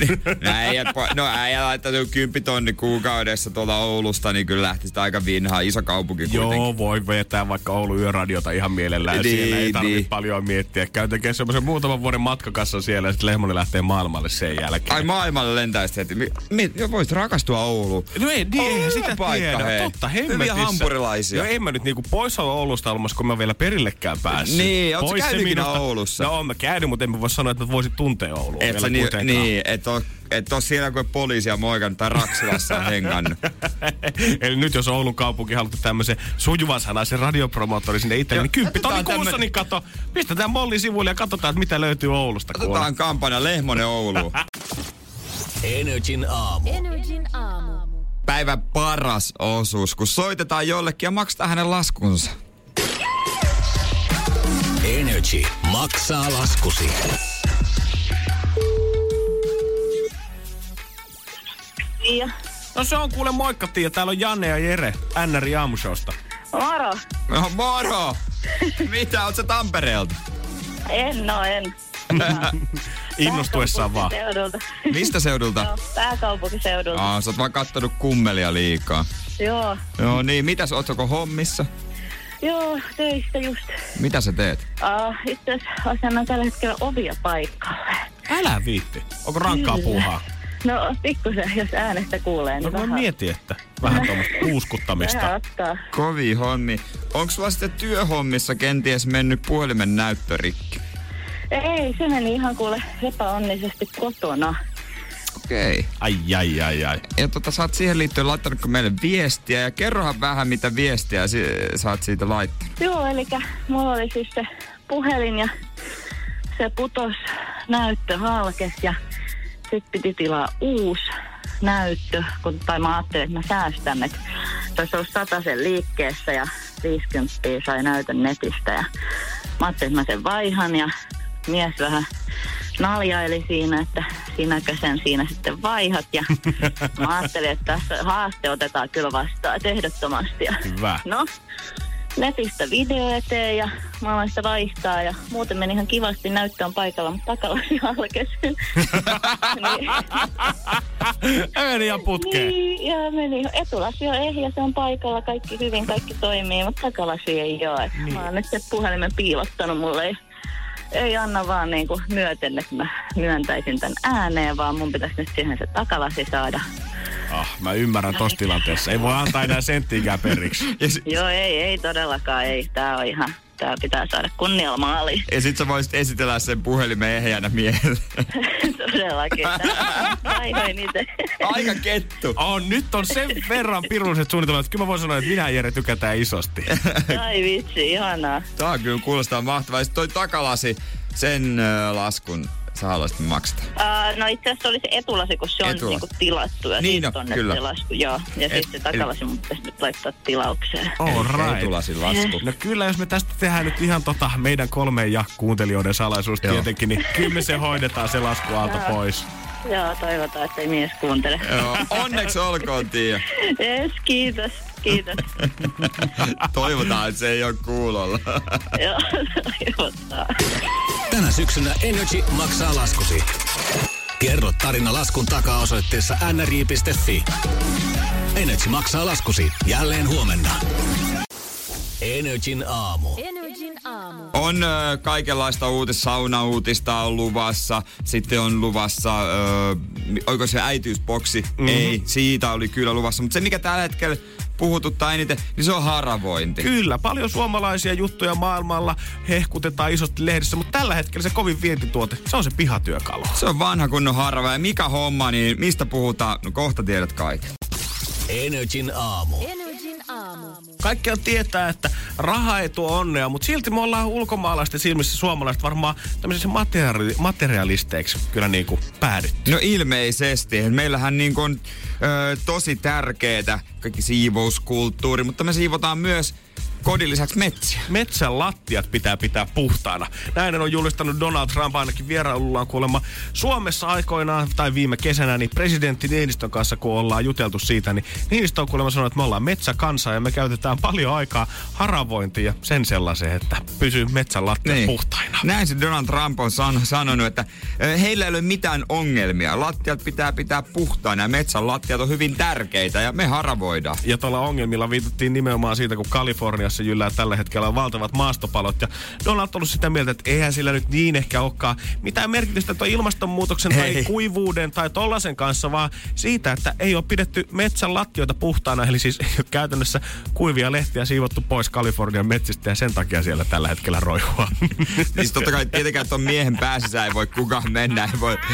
Äijä laittaa 10 000 kuukaudessa tuolta Oulusta, niin kyllä lähtisi aika vinhaa, iso kaupunki kuitenkin. Joo, voi vetää vaikka Oulun yöradiota ihan mielellään. Siellä ei tarvitse paljon miettiä. Käy tekemään semmoisen muutaman vuoden matkakassan siellä ja sitten Lehmonen lähtee maailmalle sen jälkeen. Ai maailmalle lentäisi heti. Voisit rakastua Ouluun. No ei sitä tiedä. Totta, hemmetissä. Hyviä hampurilaisia. No en mä nyt niinku pois olla Oulusta olemassa, kun mä vielä perillekään päässyt. Niin, ootko käynyt ikinä Oulussa? No oon mä käynyt, mutta en mä voi sanoa, että mä voisin tuntea Oulua vielä kuitenkaan. Niin, et oo siellä kuin poliisia moikannut tai Raksilassa on hengannut. Eli nyt jos Oulun kaupunki haluaa tämmöisen sujuvan sanaisen radiopromoottori sinne itselle, niin 10 000 kuussa, niin kato, pistetään Mollin sivuille ja katsotaan, että mitä löytyy Oulusta. Otetaan kampanja Lehmonen Ouluun. Energin aamu. Päivän paras osuus, kun soitetaan jollekin ja maksetaan hänen laskunsa. Energy maksaa laskusi. Tiia. No se on kuule moikka Tiia, täällä on Janne ja Jere NR Aamushowsta. Moro. No moro! Mitä, oot sä Tampereelta? En. Innostuessaan vaan. Mistä seudulta? Joo, pääkaupunkiseudulta. Sä oot vaan kattonut kummelia liikaa. Joo. Joo niin, mitäs, ootko hommissa? Joo, töistä just. Mitä sä teet? Itse asiassa asennan tällä hetkellä ovia paikalle. Älä viitti. Onko rankkaa puuhaa? No pikkusen, jos äänestä kuulee, niin vähän. No mietin, että vähän tuommoista uuskuttamista. Vähän ottaa. Kovii hommi. Onko sulla sitten työhommissa kenties mennyt puhelimen näyttörikki? Ei, se meni ihan kuule epäonnisesti kotona. Okei. Ai. Ja sä oot siihen liittyen laittanutko meille viestiä ja kerrohan vähän mitä viestiä sä oot siitä laittanut. Joo, eli mulla oli siis se puhelin ja se putos, näyttö halkes ja sitten piti tilaa uusi näyttö, tai mä ajattelin, että mä säästän, että se olisi ollut 100 liikkeessä ja 50 sai näytön netistä. Ja mä ajattelin, että mä sen vaihan ja mies vähän naljaili siinä, että sinäkö sen siinä sitten vaihat. Ja mä ajattelin, että tässä haaste otetaan kyllä vastaan, että ehdottomasti. Ja hyvä. No, netistä video eteen ja mä aloin sitä vaihtaa ja muuten meni ihan kivasti, näyttö on paikalla, mutta takalasi halkesi. Meni ihan putkeen. Niin, ja meni. Etulasi on ehjä, se on paikalla, kaikki hyvin, kaikki toimii, mutta takalasi ei ole. Niin. Mä oon nyt se puhelimen piilottanut, mulle ei anna vaan niinku myöten, että mä myöntäisin tän ääneen, vaan mun pitäisi nyt siihen se takalasi saada. Mä ymmärrän tossa tilanteessa. Ei voi antaa enää senttiinkään periksi. Joo, ei todellakaan, ei. Tää pitää saada kunnialla maaliin. Ja sit sä voisit esitellä sen puhelimen ehjänä miehelle. Todellakin. Aivan itse. Aika kettu. Nyt on sen verran pirulliset suunnitelmat, että kyllä mä voin sanoa, että minä ja Jere tykätään isosti. Ai vitsi, ihanaa. Tää kyllä kuulostaa mahtavaa. Ja sit toi takalasi, sen laskun sä haluaisit maksata? No itse asiassa oli se etulasi, kun se on niinku tilattu. Ja niin, sitten on se lasku, joo. Ja sitten se takalasi mun pitäisi nyt laittaa tilaukseen. All right. Etulasin lasku. No kyllä, jos me tästä tehdään nyt ihan meidän 3 ja kuuntelijoiden salaisuus tietenkin, niin kyllä me se hoidetaan se lasku alta pois. Joo, toivotaan, että ei mies kuuntele. Joo, onneksi olkoon, Tiia. Yes, kiitos. Toivotaan, että se ei ole kuulolla. Joo, toivotaan. Tänä syksynä Energy maksaa laskusi. Kerro tarina laskun takaa osoitteessa nri.fi. Energy maksaa laskusi jälleen huomenna. Energin aamu. On kaikenlaista saunauutista on luvassa. Sitten on luvassa, oiko se äitiysboksi? Ei, siitä oli kyllä luvassa. Mutta se, mikä tällä hetkellä puhututtaa eniten, niin se on haravointi. Kyllä, paljon suomalaisia juttuja maailmalla hehkutetaan isosti lehdissä, mutta tällä hetkellä se kovin vientituote, se on se pihatyökalu. Se on vanha kunnon harava. Ja mikä homma, niin mistä puhutaan? No kohta tiedät kaiken. Energin aamu. Kaikkiaan tietää, että raha ei tuo onnea, mutta silti me ollaan ulkomaalaisten silmissä suomalaiset varmaan tämmöisissä materialisteiksi kyllä niin kuin päädytty. No ilmeisesti. Meillähän niin kuin on tosi tärkeetä kaikki siivouskulttuuri, mutta me siivotaan myös kodin lisäksi metsiä. Metsän lattiat pitää puhtaana. Näin on julistanut Donald Trump ainakin vierailullaan kuulemma Suomessa aikoinaan tai viime kesänä, niin presidentti Niinistön kanssa kun ollaan juteltu siitä, niin Niinistö on kuulemma sanonut, että me ollaan metsäkansa ja me käytetään paljon aikaa haravointiin ja sen sellaiseen, että pysyy metsän lattiat puhtaina. Näin se Donald Trump on sanonut, että heillä ei ole mitään ongelmia. Lattiat pitää puhtaana ja metsän lattiat on hyvin tärkeitä ja me haravoidaan. Ja tuolla ongelmilla viitattiin nimenomaan siitä, kun Kaliforniassa jyllää tällä hetkellä valtavat maastopalot. Ja Donald on ollut sitä mieltä, että eihän sillä nyt niin ehkä olekaan mitään merkitystä tuon ilmastonmuutoksen tai kuivuuden tai tollasen kanssa, vaan siitä, että ei ole pidetty metsän lattioita puhtaana. Eli siis käytännössä kuivia lehtiä siivottu pois Kalifornian metsistä ja sen takia siellä tällä hetkellä roihua. Siis totta kai tietenkään tuon miehen päässä ei voi kukaan mennä.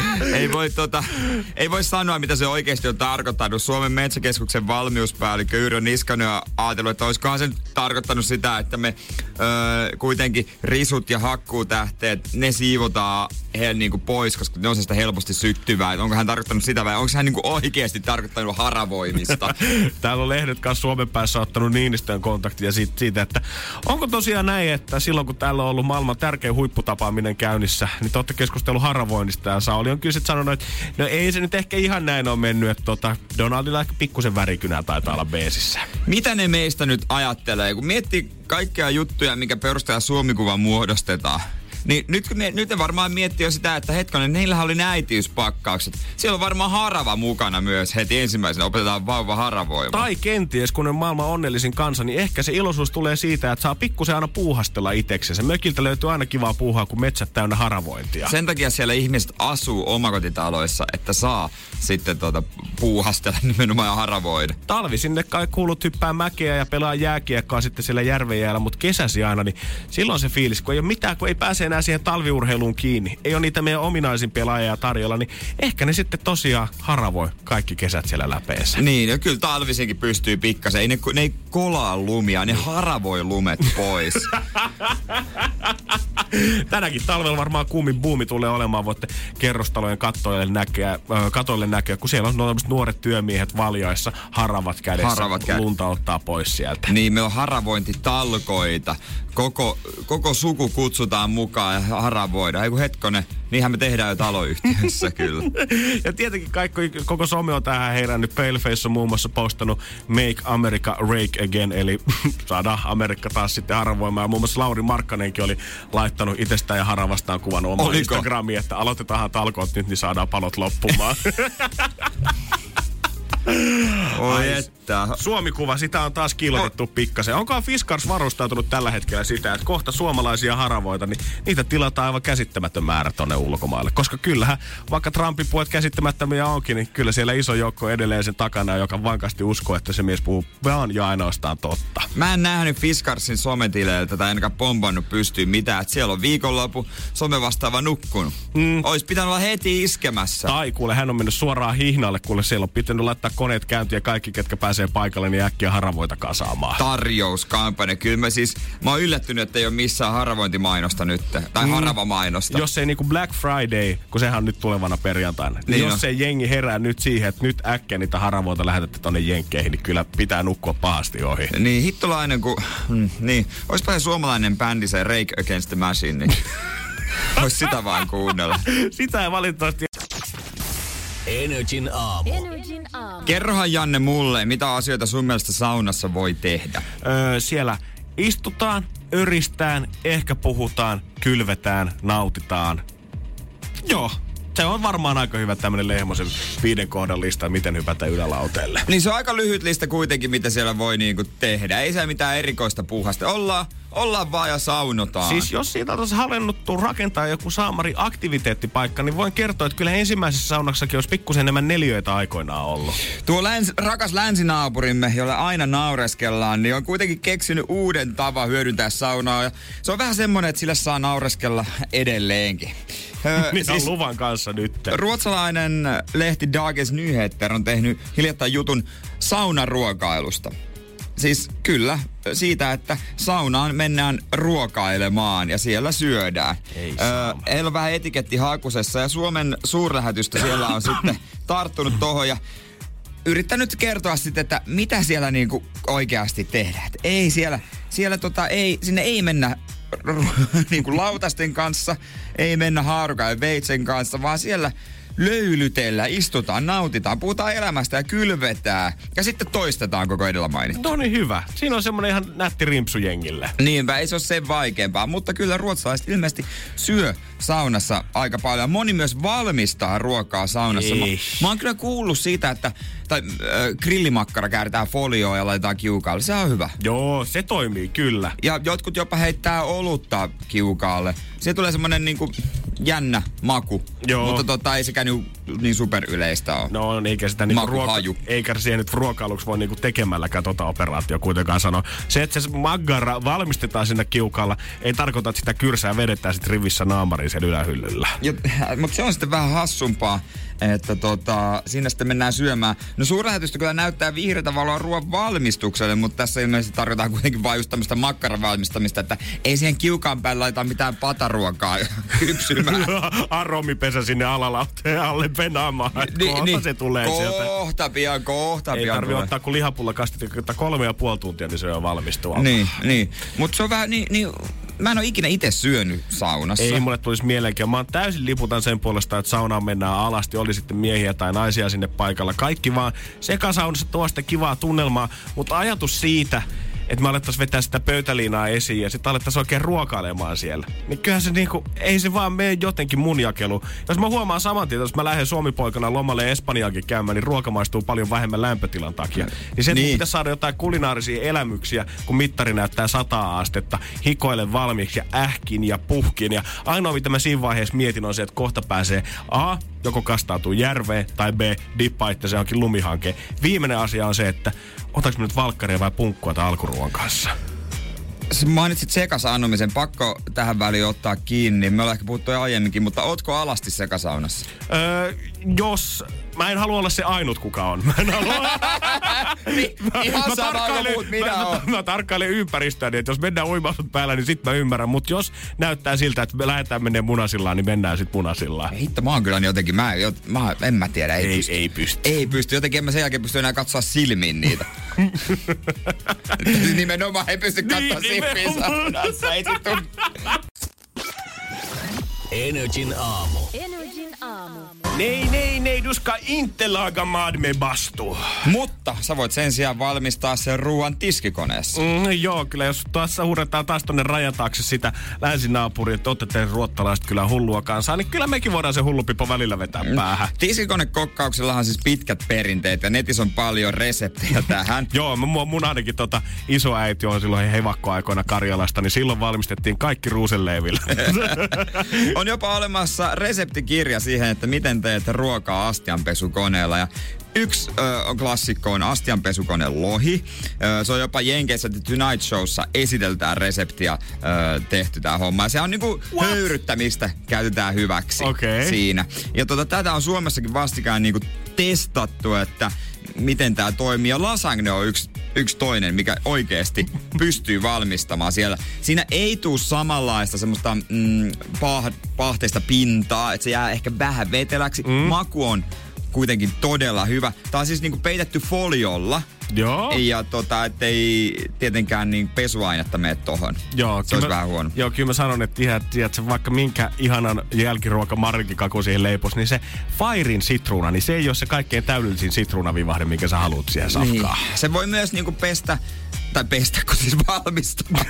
Ei voi sanoa, mitä se oikeasti on tarkoittanut. Suomen metsäkeskuksen valmiuspäällikkö Yrjö Niskanen on ajatellut, että olisikohan se tarkoittanut sitä, että me kuitenkin risut ja hakkuutähteet, ne siivotaan niinku pois, koska ne on sitä helposti syttyvää. Onko hän tarkoittanut sitä vai onko hän niinku oikeasti tarkoittanut haravoimista? Täällä on lehdet kanssa Suomen päässä ottanut Niinistön kontaktia siitä, että onko tosiaan näin, että silloin kun täällä on ollut maailman tärkein huipputapaaminen käynnissä, niin te olette keskustellut haravoinnista ja Sauli on kyllä sitten sanonut, että no ei se nyt ehkä ihan näin ole mennyt, että Donaldilla ehkä pikkusen värikynää taitaa olla beesissä. Mitä ne meistä nyt ajattelee, kun miettii kaikkia juttuja, mikä perusteella Suomi-kuva muodostetaan? Niin nyt ne varmaan miettii jo sitä, että hetkonen, neillähän oli ne äitiyspakkaukset. Siellä on varmaan harava mukana myös heti ensimmäisenä. Opetetaan vauva haravoimaan. Tai kenties, kun on maailman onnellisin kansa, niin ehkä se iloisuus tulee siitä, että saa pikkusen aina puuhastella itseksensä. Mökiltä löytyy aina kivaa puuhaa, kun metsät täynnä haravointia. Sen takia siellä ihmiset asuu omakotitaloissa, että saa sitten puuhastella nimenomaan ja haravoida. Talvi sinne kai kuulut hyppää mäkeä ja pelaa jääkiekkoa sitten siellä järven jäällä, mutta kesäsi aina, niin silloin se fiilis, kun ei ole mitään, kun ei pääse enää siihen talviurheiluun kiinni, ei ole niitä meidän ominaisimpia lajeja tarjolla, niin ehkä ne sitten tosiaan haravoi kaikki kesät siellä läpeessä. Niin, ja kyllä talvisinkin pystyy pikkasen. Ne ei kolaa lumia, ne haravoi lumet pois. Tänäkin talvella varmaan kuumin buumi tulee olemaan, voitte kerrostalojen katoille näköä, kun siellä on nuoret työmiehet valjaissa, haravat kädessä, lunta ottaa pois sieltä. Niin, me on haravointitalkoita. Koko suku kutsutaan mukaan ja haravoidaan. Eiku hetkonen, niinhän me tehdään jo taloyhtiössä kyllä. Ja tietenkin koko some on tähän herännyt. Paleface on muun muassa postannut Make America Rake Again, eli saadaan Amerikka taas sitten haravoimaan. Muun muassa Lauri Markkanenkin oli laittanut itsestään ja haravastaan kuvan omaan Instagramiin, että aloitetaan talkoot nyt, niin saadaan palot loppumaan. Oi että. Suomi-kuva, sitä on taas kiilotettu pikkasen. Onkohan Fiskars varustautunut tällä hetkellä sitä, että kohta suomalaisia haravoita, niin niitä tilataan aivan käsittämätön määrä tonne ulkomaille. Koska kyllähän, vaikka Trumpin puolet käsittämättömiä onkin, niin kyllä siellä iso joukko edelleen sen takana, joka vankasti uskoo, että se mies puhuu vaan ja ainoastaan totta. Mä en nähnyt Fiskarsin sometileiltä tai ainakaan pompannut pystyyn mitään, että siellä on viikonloppu somevastaava nukkunut. Ois pitänyt olla heti iskemässä. Tai kuule, hän on mennyt suoraan hihnalle, kuule siellä on pitänyt laittaa koneet käyntiin ja kaikki, ketkä pääsee paikalle, niin äkkiä haravoita kasaamaan. Tarjouskampanja. Kyllä mä oon yllättynyt, että ei ole missään haravointimainosta nyt. Tai haravamainosta. Jos ei niinku Black Friday, kun sehän on nyt tulevana perjantaina. Niin jos ei jengi herää nyt siihen, että nyt äkkiä niitä haravoita lähetetään tonne jenkkeihin, niin kyllä pitää nukkua pahasti ohi. Niin, hittolainen kun... niin. Oispa suomalainen bändi se Rage Against the Machine, niin... Vois sitä vaan kuunnella. Sitä ei valitettavasti... Energin aamu. Kerrohan Janne mulle, mitä asioita sun mielestä saunassa voi tehdä? Siellä istutaan, öristään, ehkä puhutaan, kylvetään, nautitaan. Joo. Se on varmaan aika hyvä tämmönen Lehmosen 5 kohdan lista, miten hypätä ylälauteelle. Niin se on aika lyhyt lista kuitenkin, mitä siellä voi niinku tehdä. Ei se mitään erikoista puhasta. Ollaan vaan ja saunotaan. Siis jos siitä on halennuttu rakentaa joku saamari aktiviteettipaikka, niin voin kertoa, että kyllä ensimmäisessä saunassakin olisi pikkusen enemmän neliöitä aikoinaan ollut. Tuo rakas länsinaapurimme, jolle aina naureskellaan, niin on kuitenkin keksinyt uuden tavan hyödyntää saunaa. Ja se on vähän semmoinen, että sille saa naureskella edelleenkin. Niin on luvan kanssa nyt. Ruotsalainen lehti Dagens Nyheter on tehnyt hiljattain jutun saunaruokailusta. Siis kyllä, siitä, että saunaan mennään ruokailemaan ja siellä syödään. Heillä on vähän etiketti hakusessa ja Suomen suurlähetystö siellä on sitten tarttunut tohon ja yrittänyt kertoa sitten, että mitä siellä niinku oikeasti tehdään. Et ei sinne ei mennä niinku lautasten kanssa, ei mennä haarukan ja veitsen kanssa, vaan siellä löylytellään, istutaan, nautitaan, puhutaan elämästä ja kylvetään. Ja sitten toistetaan koko edellä mainittu. No niin hyvä. Siinä on semmonen ihan nätti rimpsu jengille. Niinpä, ei se ole sen vaikeampaa. Mutta kyllä ruotsalaiset ilmeisesti syö saunassa aika paljon. Moni myös valmistaa ruokaa saunassa. Mä oon kyllä kuullut siitä, että grillimakkara kääritään folioon ja laitetaan kiukaalle. Se on hyvä. Joo, se toimii kyllä. Ja jotkut jopa heittää olutta kiukaalle. Se tulee semmonen niinku jännä maku. Joo. Mutta ei sekään niin superyleistä ole. No, eikä sitä niinku eikä siihen nyt ruokailuksi voi niinku tekemälläkään operaatio kuitenkaan sanoa. Se, että se maggara valmistetaan sinne kiukaalla, ei tarkoita, että sitä kyrsää vedetään sit rivissä naamariin sen ylähyllyllä. Mutta se on sitten vähän hassumpaa, että siinä sitten mennään syömään. No suurlähetystö kyllä näyttää vihreätä valoa ruoan valmistukselle, mutta tässä ilmeisesti tarkoitaan kuitenkin vain just tämmöistä makkaran valmistamista, että ei siihen kiukaan päälle laita mitään pataruokaa kypsymään. Aromipesä sinne alalauteen alle penaamaan. Kohta se tulee sieltä. Kohta pian. Ei tarvi ottaa kuin lihapulla kastettua 3,5 tuntia, niin se on valmistua. Niin. Mutta se on vähän niin... Mä en ole ikinä itse syönyt saunassa. Ei mulle tulisi mieleenkään. Mä oon täysin liputan sen puolesta, että saunaan mennään alasti. Oli sitten miehiä tai naisia sinne paikalla. Kaikki vaan sekasaunassa tuo sitä kivaa tunnelmaa. Mutta ajatus siitä, että me alettaisiin vetää sitä pöytäliinaa esiin ja sitten alettaisiin oikein ruokailemaan siellä. Niin kyllähän se niinku, ei se vaan mene jotenkin mun jakelu. Jos mä huomaan saman tien, jos mä lähden Suomi-poikana lomalle Espanjaankin käymään, niin ruoka maistuu paljon vähemmän lämpötilan takia. Niin se, että pitäisi saada jotain kulinaarisia elämyksiä, kun mittari näyttää 100 astetta, hikoilen valmiiksi ja ähkin ja puhkin. Ja ainoa, mitä mä siinä vaiheessa mietin, on se, että kohta pääsee A, joko kastautuu järveen, tai B, dippaa itse se onkin lumihanke. Viimeinen asia on se, että otaks mä nyt valkkaria vai punkkua tai alkuruoan kanssa? Sä mainitsit sekasanomisen, pakko tähän väliin ottaa kiinni. Me ollaan ehkä puhuttu jo aiemminkin, mutta ootko alasti sekasaunassa? Jos... Mä en halua olla se ainut, kuka on. Mä en halua... Ihan sama kuin muut, minä on. Mä tarkkailen ympäristöä, niin että jos mennään uimausut päällä, niin sit mä ymmärrän. Mutta jos näyttää siltä, että me lähdetään mennä munasillaan, niin mennään sit munasillaan. Hitto, mä oon kyllä jotenkin, en mä tiedä, ei pysty. Ei pysty, jotenkin en mä sen jälkeen pysty enää katsoa silmiin niitä. Nimenomaan ei pysty katsoa silmiin saunassa, ei sit tuu. Energin aamu. Nej, du ska inte laga mat med bastu. Mutta sä voit sen sijaan valmistaa sen ruoan tiskikoneessa. Joo, kyllä jos tuossa huudetaan taas tonne rajan taakse sitä länsinaapuria, että ootte te ruottalaiset kyllä hullua kansaa, niin kyllä mekin voidaan se hullupipo välillä vetää päähän. Tiskikonekokkauksellahan siis pitkät perinteet ja netissä on paljon reseptejä tähän. Joo, mun ainakin isoäiti on silloin hevakkoaikoina Karjalasta, niin silloin valmistettiin kaikki ruusenleivillä. On jopa olemassa reseptikirja siihen, että miten teet ruokaa astianpesukoneella. Ja yksi klassikko on astianpesukone lohi. Se on jopa Jenkeissä The Tonight Showssa esiteltään reseptiä tehty tää homma. Ja se on niinku höyryttämistä käytetään hyväksi siinä. Ja tätä on Suomessakin vastikään niinku testattu, että miten tää toimii. Ja lasagne on yksi toinen, mikä oikeesti pystyy valmistamaan siellä. Siinä ei tuu samanlaista semmoista pahteista pintaa, että se jää ehkä vähän veteläksi. Maku on kuitenkin todella hyvä. Tää on siis niinku peitetty foliolla. Joo. Ja ettei tietenkään niin pesuainetta mene tohon. Joo, se olisi vähän huono. Joo, kyllä mä sanon, että tiedätkö, vaikka minkä ihanan jälkiruoka marikikaku siihen leipos, niin se Fairin sitruuna, niin se ei ole se kaikkein täydellisin sitruunavivahde, minkä sä haluat siihen safkaan. Niin. Se voi myös niinku pestä, kun siis valmistaa.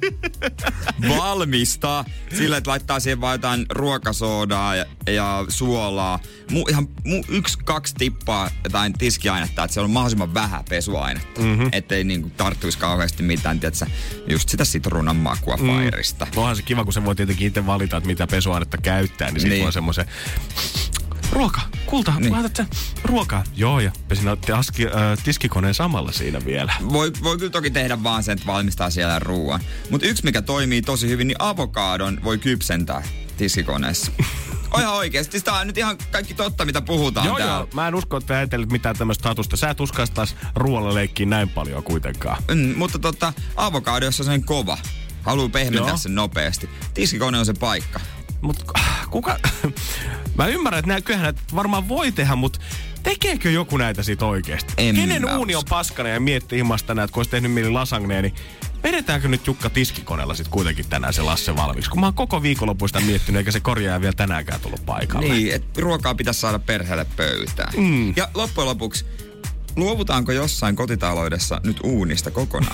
Valmistaa sillä, että laittaa siihen vaan jotain ruokasoodaa ja suolaa. Ihan 1-2 tippaa jotain tiskiainetta, että siellä on mahdollisimman vähän pesuainetta. Ettei niinku tarttuisi kauheasti mitään, tiedätkö, just sitä sitruunan makua Fairista. Onhan se kiva, kun se voi tietenkin itse valita, että mitä pesuainetta käyttää, niin sit voi semmoisen... Ruoka, kulta, laitat sen ruokaa. Joo, ja pesin tiskikoneen samalla siinä vielä. Voi kyllä toki tehdä vaan sen, että valmistaa siellä ruoan. Mutta yksi, mikä toimii tosi hyvin, niin avokadon voi kypsentää tiskikoneessa. Ihan oikeesti. Tämä on nyt ihan kaikki totta, mitä puhutaan täällä. Joo. Mä en usko, että ajatellut mitään tämmöistä statusta. Sä et uskaisi taas ruoalla leikkiä näin paljon kuitenkaan. Mutta avokado, jos on sen kova, haluaa pehmentää sen nopeasti. Tiskikone on se paikka. Mut kuka... Mä ymmärrän, että kyllähän varmaan voi tehdä, mutta tekeekö joku näitä sit oikeesti? Kenen uuni on paskana ja miettii himasta näitä, kun olisi tehnyt mieli lasagnea, niin vedetäänkö nyt Jukka tiskikoneella sit kuitenkin tänään se Lasse valmiiksi? Kun mä oon koko viikonloppuista miettinyt, eikä se korjaaja vielä tänäänkään tullut paikalle. Niin, että ruokaa pitäisi saada perheelle pöytään. Ja loppujen lopuksi, luovutaanko jossain kotitaloudessa nyt uunista kokonaan?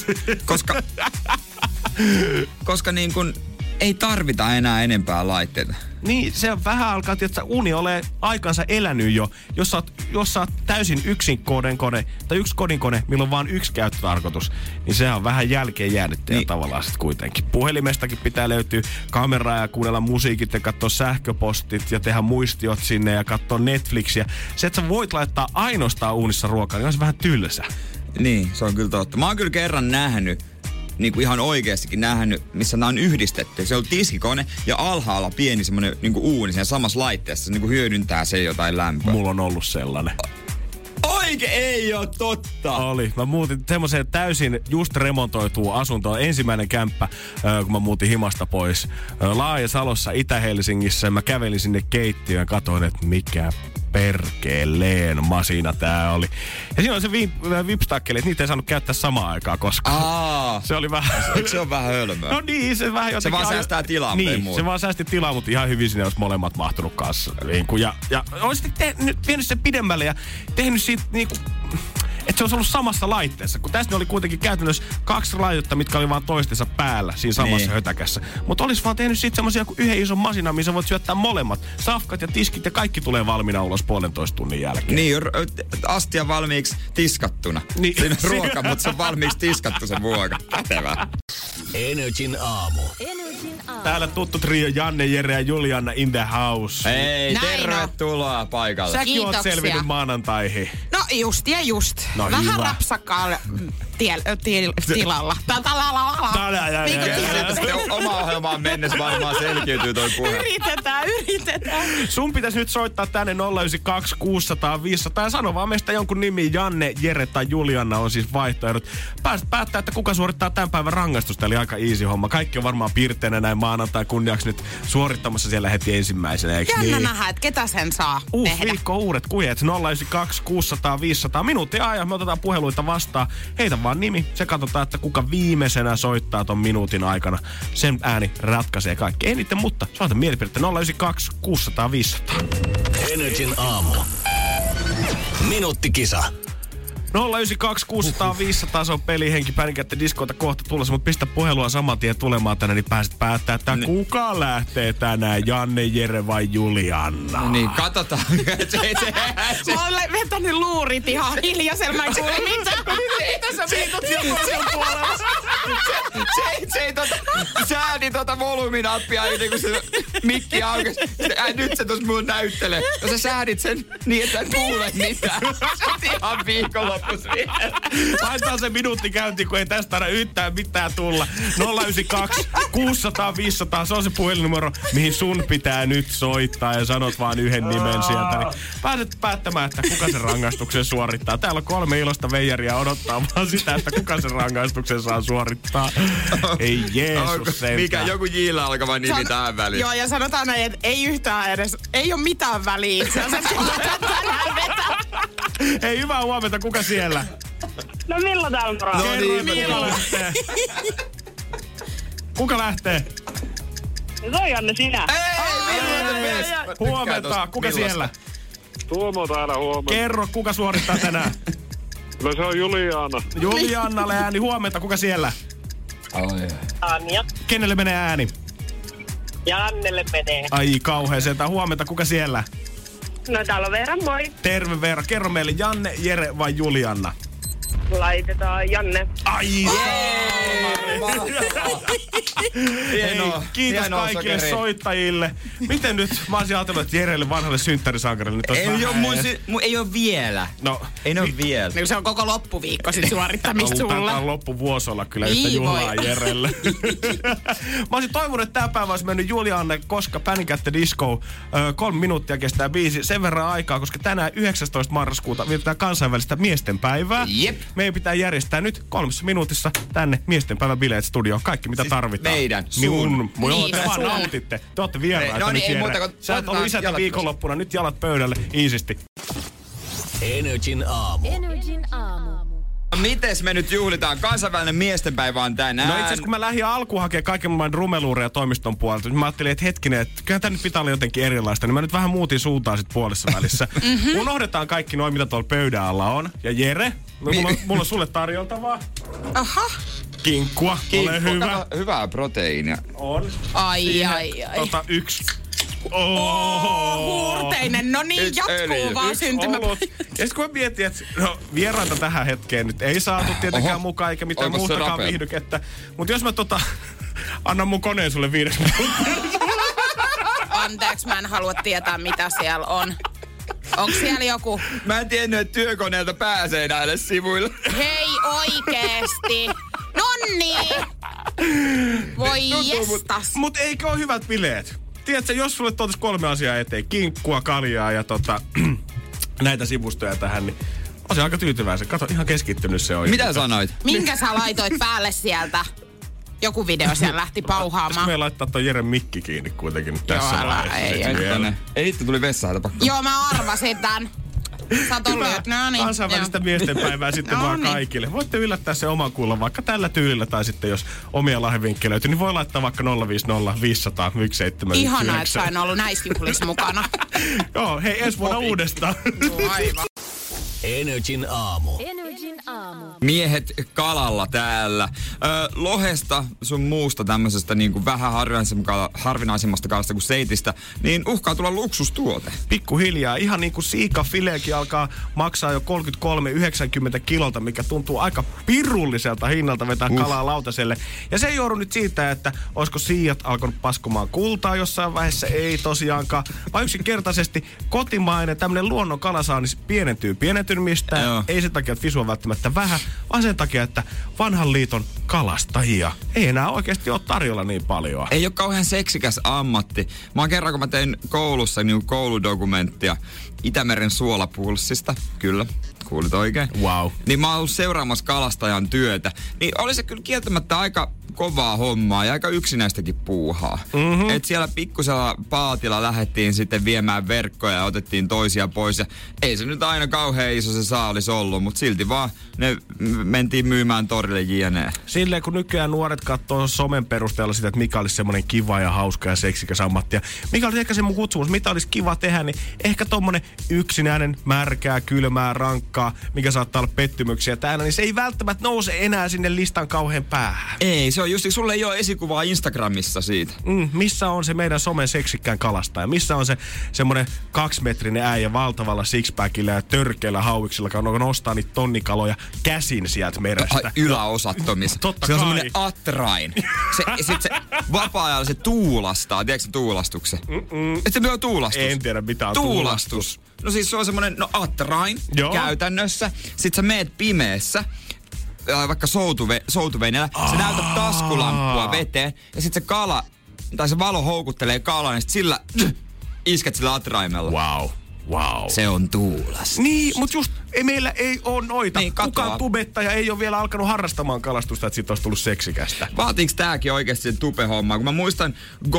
Koska niin kun... Ei tarvita enää enempää laitteita. Niin, se vähän alkaa, että uni ole aikansa elänyt jo. Jos sä oot täysin yksin kone, tai yksi kodinkone, milloin on vaan yksi käyttötarkoitus, niin sehän on vähän jälkeen jäänyt tavallaan sit kuitenkin. Puhelimestakin pitää löytyä kameraa ja kuunnella musiikit ja katsoa sähköpostit ja tehdä muistiot sinne ja katsoa Netflixiä. Se, että sä voit laittaa ainoastaan uunissa ruokaa, niin on se vähän tylsä. Niin, se on kyllä totta. Mä oon kyllä kerran nähnyt, niin kuin ihan oikeastikin nähnyt, missä nämä on yhdistetty. Se on tiskikone ja alhaalla pieni semmoinen niin kuin uuni siinä samassa laitteessa. Se niin kuin hyödyntää se jotain lämpöä. Mulla on ollut sellainen. Ei oo totta. Oli. Mä muutin semmoiseen täysin just remontoituu asuntoon. Ensimmäinen kämppä, kun mä muutin himasta pois. Laajasalossa Itä-Helsingissä. Mä kävelin sinne keittiöön ja katsoin, että mikä perkeleen masina tää oli. Ja siinä on se vipstakkeli, että niitä ei saanut käyttää samaan aikaan koskaan. Se oli vähän... Eikö se ole vähän hölmöä? No niin, se vähän jotenkin... Se vaan säästää tilaa, niin, mutta ei muuta. Se vaan säästi tilaa, mutta ihan hyvin sinne olisi molemmat mahtunut kanssa. Ja olisitte vienyt sen pidemmälle ja tehnyt siitä niinku... Että se olisi ollut samassa laitteessa, kun tässä oli kuitenkin käytännössä 2 laitetta, mitkä oli vaan toistensa päällä siinä samassa hötäkässä. Mutta olisi vaan tehnyt siitä semmoisia kuin yhden ison masinan, missä voit syöttää molemmat. Safkat ja tiskit ja kaikki tulee valmiina ulos 1,5 tunnin jälkeen. Niin, astia valmiiksi tiskattuna. Niin. Siinä on ruoka, mutta se on valmiiksi tiskattu se ruoka. Kätevä. Energin aamu. Täällä tuttu trio Janne, Jere ja Juliana in the house. Hei, tervetuloa paikalle. Säkin oot selvinnyt maanantaihin. No just. No vähän hyvä. rapsakkaan tilalla. Oma ohjelmaan mennessä varmaan selkiytyy toi puhe. Yritetään. Sun pitäisi nyt soittaa tänne 092 600 500 ja sano vaan meistä jonkun nimi. Janne, Jere tai Julianna on siis vaihtoehdot. Pääset päättää, että kuka suorittaa tämän päivän rangaistusta. Eli aika easy homma. Kaikki on varmaan piirteinä näin maanantai kunniaksi nyt suorittamassa siellä heti ensimmäisenä. Jännä nähdä, että ketä sen saa tehdä. Viikko uudet kujet. 092 600 500. Minuutin ajan. Me otetaan puheluita vastaan. Heitä vaan nimi. Se katsotaan, että kuka viimeisenä soittaa ton minuutin aikana. Sen ääni ratkaisee kaikki. Ei niitten, mutta soita mielipidettä 092 600 500. NRJ:n aamu. Minuuttikisa. 092 600 500, se on pelihenki Panic! Discota kohta tulossa, mutta pistä puhelua saman tien tulemaan tänne, niin pääset päättää, että kuka lähtee tänään, Janne, Jere vai Julianna. No niin, katsotaan. Mä oon vetänyt luurit ihan hiljaisella, mä en kuule mitään. Mitä sä viikot jokaisen puolella? Se ääni volyyminappia ennen kuin se mikki aukesi. Nyt se tuossa mun näyttelee. No sä säädit sen niin, että et kuule mitään. Se on ihan viikonloppus vielä. Laitetaan se minuutti käyntiin, kun ei tästä aina yhtään mitään tulla. 092 600 500, se on se puhelinnumero, mihin sun pitää nyt soittaa ja sanot vaan yhden nimen sieltä. Niin pääset päättämään, että kuka sen rangaistuksen suorittaa. Täällä on 3 iloista veijaria odottaa vaan sitä, että kuka sen rangaistuksen saa suorittaa. Ei Jeesus sentään. Mikä joku Jillä alkava nimi tähän väliin. Joo, ja sanotaan näin, että ei yhtään edes, ei ole mitään väliä. Se on se, Hei, hyvää huomenta. Kuka siellä? No Milla täällä moro. No niin, Milla lähtee. Kuka lähtee? Se on Janne sinä. Huomenta. Kuka siellä? Tuomo täällä huomenta. Kerro, kuka suorittaa tänään? No se on Juliana. Juliannalle ääni. Huomenta. Kuka siellä? Anja. Kenelle menee ääni? Jannelle menee. Ai kauhea sentään. Huomenta. Kuka siellä? No täällä on Veera, moi. Terve Veera. Kerro meille Janne, Jere vai Julianna? Laitetaan Janne. Ai Hienoa. Kiitos kaikille sokeri. soittajille. Miten nyt? Mä olisin ajatellut, että Jerelle vanhalle synttärisankarille nyt Ei oo vielä. No, Ei oo vielä. No, se on koko loppuviikko sit suorittamista sulla. Tää on loppuvuosi olla kyllä yhtä juhlaa Jerelle. Mä olisin toivonut, että tää päivä olisi mennyt Julianne, koska Panic! Disco 3 minuuttia kestää biisi. Sen verran aikaa, koska tänään 19. marraskuuta vietetään kansainvälistä miestenpäivää. Jep. Meidän pitää järjestää nyt 3 minuutissa tänne miestenpäivän bileet studioon. Kaikki mitä siis tarvitaan. Meidän, sun. Joo, te vaan sun. nautitte. Te ootte vieraita No niin, nyt ei muuta kuin Sä et ollut isätä viikonloppuna. Nyt jalat pöydälle. Iisisti. NRJ:n aamu. Mites me nyt juhlitaan? Kansainvälinen miestenpäivä on tänään. No itse asiassa kun mä lähdin alkuun hakemaan kaiken maailman rumeluureja toimiston puolelta, niin mä ajattelin, että hetkinen, että kyllä tää nyt pitää olla jotenkin erilaista. Niin mä nyt vähän muutin suuntaan sit puolessa välissä. Unohdetaan kaikki noin, mitä tuolla pöydän alla on. Ja Jere, mulla on sulle tarjoltavaa. Aha. Kinkkua, ole hyvä. Kato, hyvää proteiinia. On. Ai. Yksi. Huurteinen, no niin, jatkuu vaan syntymä. Ja sitten kun mä mietin, että vieraita tähän hetkeen nyt ei saatu tietenkään mukaan, eikä mitään Onko se muutakaan rapea? viihdykettä. Mutta jos mä annan mun koneen sulle 5 Anteeksi, mä en halua tietää, mitä siellä on. Onko siellä joku? Mä en tiennyt, että työkoneelta pääsee näille sivuille. Hei, oikeesti. Nonni! Voi jestas. Mut eikö ole hyvät bileet? Tiedätkö, jos sulle tuotais 3 asiaa eteen, kinkkua, kaljaa ja näitä sivustoja tähän, niin on se aika tyytyväisen. Kato, ihan keskittynyt se on. Mitä sanoit? Minkä sä laitoit päälle sieltä? Joku video siellä lähti pauhaamaan. Me laittaa toi Jeren mikki kiinni kuitenkin nyt tässä Joo, älä, vaiheessa. ei. Ei hitto, tuli vessaan pakko. Joo, mä arvasin tän. Sä oot ollut, no niin. Kansainvälistä miestenpäivää sitten vaan kaikille. Voitte yllättää se oman kuulla vaikka tällä tyylillä, tai sitten jos omia lahjavinkkejä löytyy, niin voi laittaa vaikka 050 500 179. Ihanaa, että sain ollut näissä juhlissa mukana. Joo, hei, ensi vuonna uudestaan. Aivan. NRJ:n aamu. Miehet kalalla täällä. Lohesta sun muusta tämmöisestä niinku vähän harvinaisemmasta kalasta kuin seitistä, niin uhkaa tulla luksustuote. Pikkuhiljaa. Ihan niin kuin siikafileekin alkaa maksaa jo 33,90 kilolta, mikä tuntuu aika pirulliselta hinnalta vetää kalaa lautaselle. Ja se ei joudu nyt siitä, että olisiko siijat alkanut paskomaan kultaa jossain vaiheessa. Ei tosiaankaan. Vaan yksinkertaisesti kotimainen tämmönen luonnon kalasaannis pienentyy hyötynyt mistään. Joo. Ei sen takia, että Fisu on välttämättä vähän, vaan sen takia, että vanhan liiton kalastajia ei enää oikeasti ole tarjolla niin paljon. Ei ole kauhean seksikäs ammatti. Kerran, kun mä tein koulussa niin kouludokumenttia Itämeren suolapulssista, kyllä, kuulit oikein. Wow. Niin mä oon ollut seuraamassa kalastajan työtä. Niin oli se kyllä kieltämättä aika kovaa hommaa ja aika yksinäistäkin puuhaa. Mm-hmm. Et siellä pikkusella paatilla lähdettiin sitten viemään verkkoja ja otettiin toisia pois. Ja ei se nyt aina kauhean iso se saalis ollut, mutta silti vaan ne mentiin myymään torille jne. Silleen kun nykyään nuoret katsoo somen perusteella sitä, että mikä olisi semmoinen kiva ja hauska ja seksikäs ammatti. Ja mikä olisi ehkä se mun kutsumus, mitä olisi kiva tehdä, niin ehkä tommonen yksinäinen, märkää, kylmää, rankkaa, mikä saattaa olla pettymyksiä täällä, niin se ei välttämättä nouse enää sinne listan kauhean päähän. Ei, se on just, sulle ei ole esikuvaa Instagramissa siitä. Missä on se meidän somen seksikkään kalastaja? Missä on se semmonen 2-metrinen äijä valtavalla sixpackillä ja törkeillä hauiksilla, joka nostaa niitä tonnikaloja käsin sieltä merestä? Ai, yläosattomissa. Totta se on kai. semmonen atrain. Sitten se vapaa-ajalla se tuulastaa. Tiedätkö se tuulastuksen? Et se on tuulastus. En tiedä mitä on tuulastus. No siis se on semmonen, atrain käytännössä. Sitten sä meet pimeässä. Vaikka soutuveneellä, sä näytät taskulampua veteen ja sit se kala, tai se valo houkuttelee kalaa, niin sit sillä isket sillä atraimella. Wow. Se on tuulas. Niin, mutta just meillä ei oo noita. Niin, kukaan tubettaja ei ole vielä alkanut harrastamaan kalastusta, että siitä olisi tullut seksikästä. Vaatiiks tääkin oikeesti sen tube-hommaa? Kun mä muistan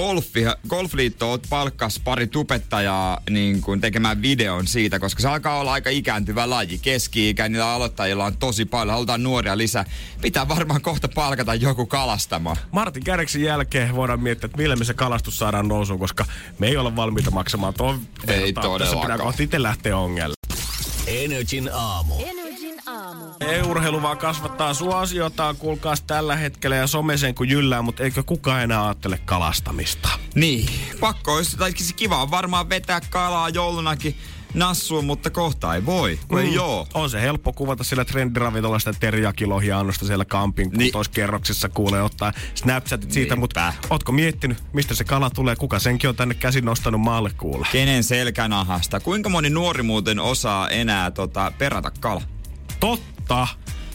Golfliitto palkkas pari tubettajaa niin kun tekemään videon siitä, koska se alkaa olla aika ikääntyvä laji. Keski-ikäisillä aloittajilla on tosi paljon, halutaan nuoria lisää. Pitää varmaan kohta palkata joku kalastamaan. Martin Kärksin jälkeen voidaan miettiä, että millä me se kalastus saadaan nousuun, koska me ei olla valmiita maksamaan tuon vertaan. Ei todellakaan. Kohta itse lähtee ongelle. Energin aamu. Urheilu vaan kasvattaa suosiotaan, kuulkaas tällä hetkellä ja someseen kun jyllää, mutta eikö kukaan enää ajattele kalastamista? Niin, pakko olisi, tai kiva on varmaan vetää kalaa joulunakin nassuun, mutta kohta ei voi, kun ei oo. On se helppo kuvata sillä trendiravintolasta teriyakilohja-annosta siellä kampin kutoskerroksessa kuulee ottaa snapchatit siitä, mutta ootko miettinyt, mistä se kala tulee, kuka senkin on tänne käsin nostanut maalle kuule? Kenen selkänahasta? Kuinka moni nuori muuten osaa enää perata kala? Totta.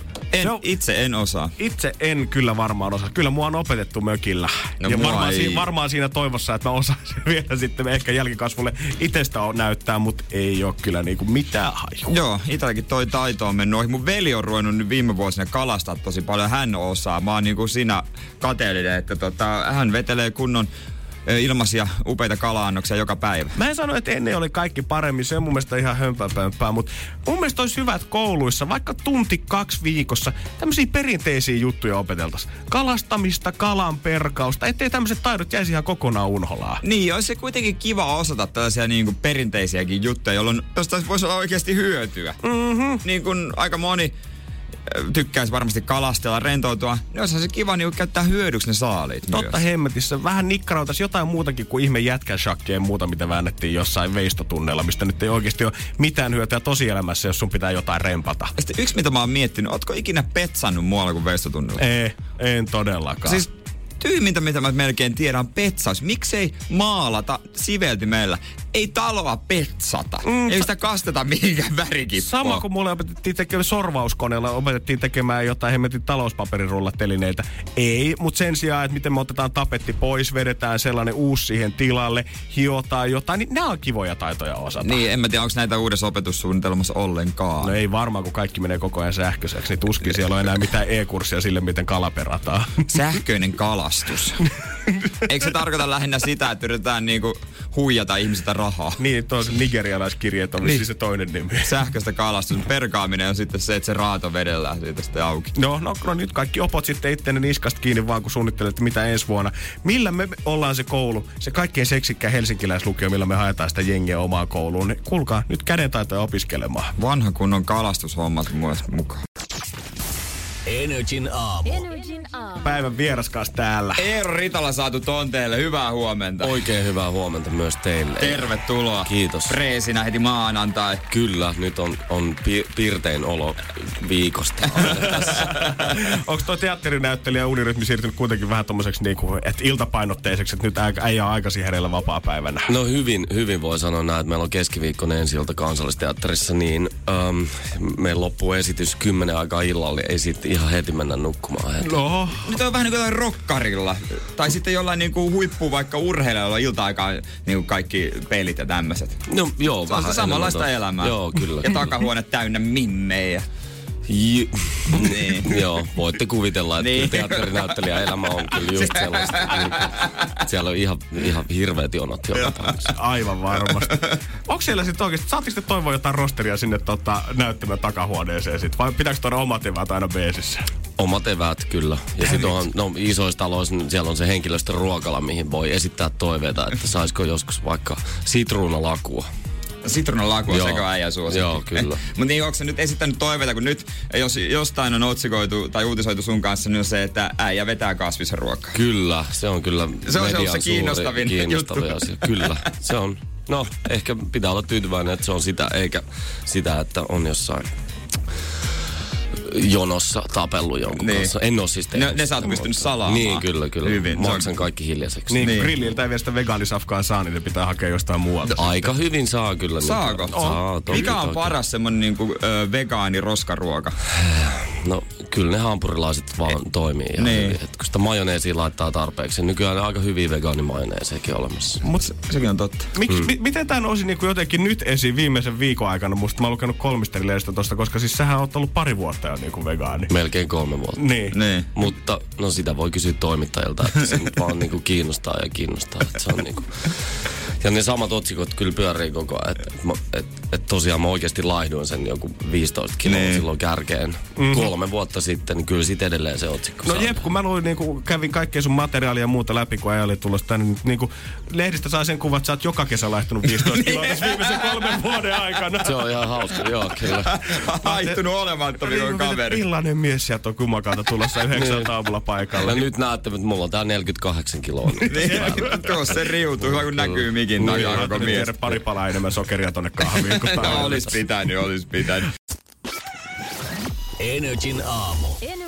Itse en osaa. Itse en kyllä varmaan osaa. Kyllä mua on opetettu mökillä. No ja varmaan siinä toivossa, että mä osaisin vielä sitten ehkä jälkikasvulle itsestä näyttää, mutta ei ole kyllä niinku mitään hajua. Joo, itselläkin toi taito on mennyt ohi. Mun veli on ruvennut nyt viime vuosina kalastaa tosi paljon. Hän osaa. Mä oon niinku siinä kateellinen, että hän vetelee kunnon ilmaisia upeita kala-annoksia joka päivä. Mä en sano, että ennen oli kaikki paremmin. Se on mun mielestä ihan hömpää, mutta mun mielestä olisi hyvä, että kouluissa vaikka 1-2 viikossa tämmöisiä perinteisiä juttuja opeteltaisiin. Kalastamista, kalan perkausta, ettei tämmöiset taidot jäisi ihan kokonaan unholaan. Niin, olisi se kuitenkin kiva osata tällaisia niinku perinteisiäkin juttuja, jolloin jostain voisi olla oikeasti hyötyä. Mm-hmm. Niin kuin aika moni tykkäisi varmasti kalastella, rentoutua, niin olisi se kiva niin käyttää hyödyksi ne saaliit. Totta myös. Hemmetissä. Vähän nikkarautas jotain muutakin kuin ihme jätkänshakkia ja muuta, mitä väännettiin jossain veistotunneilla, mistä nyt ei oikeasti ole mitään hyötyä tosielämässä, jos sun pitää jotain rempata. Ja sitten yksi, mitä mä oon miettinyt, ootko ikinä petsannut muualla kuin veistotunnilla? En todellakaan. Siis tyhmintä, mitä mä melkein tiedän, on petsaus. Miksei maalata siveltimellä? Ei taloa petsata. Ei sitä kasteta mihinkään värikippoon. Sama kuin mulle opetettiin tekemään sorvauskoneella, opetettiin tekemään jotain hemmetin talouspaperirullatelineitä. Ei, mutta sen sijaan, että miten me otetaan tapetti pois, vedetään sellainen uusi siihen tilalle, hiotaan jotain, niin nämä on kivoja taitoja osata. Niin, en mä tiedä, onko näitä uudessa opetussuunnitelmassa ollenkaan. No ei varmaan, kun kaikki menee koko ajan sähköiseksi, niin tuskin siellä on enää mitään e-kurssia sille, miten kala perataan. Sähköinen kalastus. Eikö se tarkoita lähinnä sitä, että yritetään niinku huijata ihmisiltä rahaa? Niin, toisen nigerialaiskirjeet on siis se toinen nimi. Sähköistä kalastus. Perkaaminen on sitten se, että se raato vedellään siitä sitten auki. No nyt kaikki opot sitten ittenne niskasta kiinni vaan, kun suunnittelette mitä ensi vuonna. Millä me ollaan se koulu, se kaikkein seksikkään helsinkiläislukio, millä me haetaan sitä jengiä omaan kouluun. Niin kuulkaa, nyt kädentaitoja opiskelemaan. Vanha kunnon kalastushommat mukaan. Energin aamu. Päivän vieraskas täällä. Eero Ritala saatu tonteelle. Hyvää huomenta. Oikein hyvää huomenta myös teille. Tervetuloa. Kiitos. Preesinä heti maanantai. Kyllä, nyt on pirtein olo viikosta. Onko tuo teatterinäyttelijä unirytmi siirtynyt kuitenkin vähän tommoseksi niinku, että iltapainotteiseksi, että nyt ei ole aikaisin hereillä vapaa-päivänä? No hyvin voi sanoa näin, että meillä on keskiviikkoinen ensi-ilta Kansallisteatterissa, niin meillä loppuu esitys 10 aikaa illalla, ei sitten ihan heti mennä nukkumaan heti. No. Nyt on vähän niin kuin rokkarilla. Tai sitten jollain niin kuin huippu vaikka urheilijalla ilta-aikaan niin kuin kaikki pelit ja tämmöiset. No joo, se on vähän samanlaista elämää. Joo, kyllä. Ja takahuone täynnä mimmejä. Niin. Joo, voitte kuvitella, että niin. Teatterinäyttelijä elämä on kyllä just sellaista. Siellä on ihan hirveät jonot joka tapauksessa. Aivan varmasti. Onko siellä sitten oikeasti, saatteko te toivoa jotain rosteria sinne näyttämään takahuoneeseen sit? Vai pitääkö tuoda omat eväät aina beesissä? Omat eväät kyllä. Ja sitten on isoissa taloissa, niin siellä on se henkilöstön ruokala, mihin voi esittää toiveita, että saisiko joskus vaikka sitruunalakua. Sitruunalakua, sekö äijä suosikki? Joo, kyllä. Mutta niin, onko sä nyt esittänyt toiveita, kun nyt, jos jostain on otsikoitu tai uutisoitu sun kanssa, niin on se, että äijä vetää kasvisruokaa. Kyllä, se on kyllä se on se kiinnostavin juttu. Asia. Kyllä, se on. No, ehkä pitää olla tyytyväinen, että se on sitä, eikä sitä, että on jossain jonossa tapellut jonkun kanssa. En oo siis tehnyt. Ne sä oot pystynyt salaamaan. Niin, kyllä. Hyvin. Maksan kaikki hiljaiseksi. Niin. Grilliltä ei vielä sitä vegaanisafkaa saa, niin se pitää hakea jostain muualta. Aika hyvin saa kyllä. Saako? Saa, mikä on paras semmonen niinku vegaani roskaruoka? No, kyllä ne hampurilaiset vaan toimii ihan hyvin. Et kun sitä majoneesia laittaa tarpeeksi, nykyään on aika hyviä vegaanimajoneesejakin olemassa. Sekin on totta. Miten tää nousi niinku jotenkin nyt esiin viimeisen viikon aikana? Musta mä oon lukenut kolmistelileistä tosta, koska siis sähän oot ollut pari vuotta jo niinku vegaani. Melkein 3 vuotta. Niin. Mutta no sitä voi kysyä toimittajilta, että se nyt vaan niinku kiinnostaa. Että se on niinku. Ja ne samat otsikot kyllä pyörii koko ajan. Että tosiaan mä oikeasti laihduin sen joku 15 kiloa silloin kärkeen 3 vuotta sitten, niin kyllä sit edelleen se otsikko No jep, kun mä luin, kävin kaikkea sun materiaalia ja muuta läpi, kun ei ole tulossa tänne, niin lehdistä saa sen kuvan, että sä oot joka kesä laihtunut 15 kiloa tässä viimeisen 3 vuoden aikana. Se on ihan hauska, joo, kyllä. Haihtunut olemattomin kuin kaveri. Millainen mies sieltä on kumakalta tulossa 9 aamulla paikalla. Ja nyt näette, että mulla on tää 48 kiloa. Tuossa se riutuu, hyvä kun näkyy mikin takaa koko mies. Pari palaa enemmän sokeria tonne kahviin. Olis pitänyt. Energin aamu.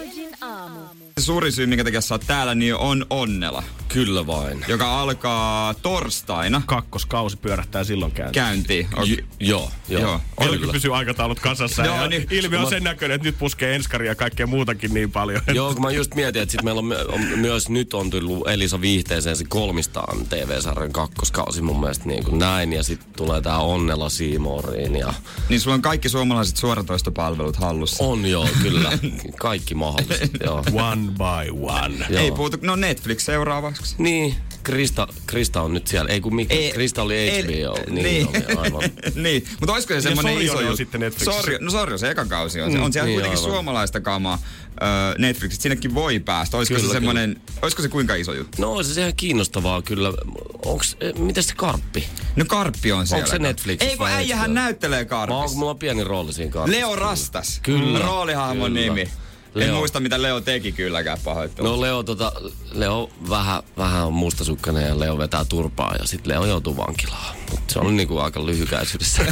Suurin syy, minkä takia sä oot täällä, niin on Onnela. Kyllä vain. Joka alkaa torstaina. Kakkoskausi pyörähtää silloin käyntiin. Joo. Kyllä pysyy aikataulut kasassa. Ja niin, ilmiö on sen näköinen, että nyt puskee enskaria ja kaikkea muutakin niin paljon. Joo, kun mä just mietin, että sit meillä on myös nyt on tullut Elisa Viihteeseen se 300 TV-sarjan kakkoskausi mun mielestä niin kuin näin. Ja sitten tulee tää Onnela C Moreiin. Ja niin sulla on kaikki suomalaiset suoratoistopalvelut hallussa. On joo, kyllä. Kaikki mahdolliset, joo. One by one. Ei puhuta, no Netflix seuraavaksi. Niin, Krista on nyt siellä. Ei kun mikä, Krista oli HBO. Niin. Oli aivan. Niin, mutta olisiko se semmoinen iso juttu? Sitten Netflixissä. Sorjo, se eka kausi on. On siellä kuitenkin suomalaista kamaa Netflixit. Sinnekin voi päästä. Olisiko se semmoinen, olisiko se kuinka iso juttu? No se ihan kiinnostavaa kyllä. Mites se Karppi? No Karppi on siellä. Onko se Netflixissä? Ei kun äijähän näyttelee Karpissa. Mulla on pieni rooli siinä Karpissa. Leo Rastas. Kyllä. Roolihahmon nimi. En muista, mitä Leo teki kylläkään pahoittelussa. No Leo vähän on mustasukkainen ja Leo vetää turpaa ja sit Leo joutuu vankilaan. Mut se on niinku aika lyhykäisyydessä.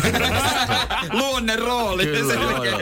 Luonne rooli. Kyllä,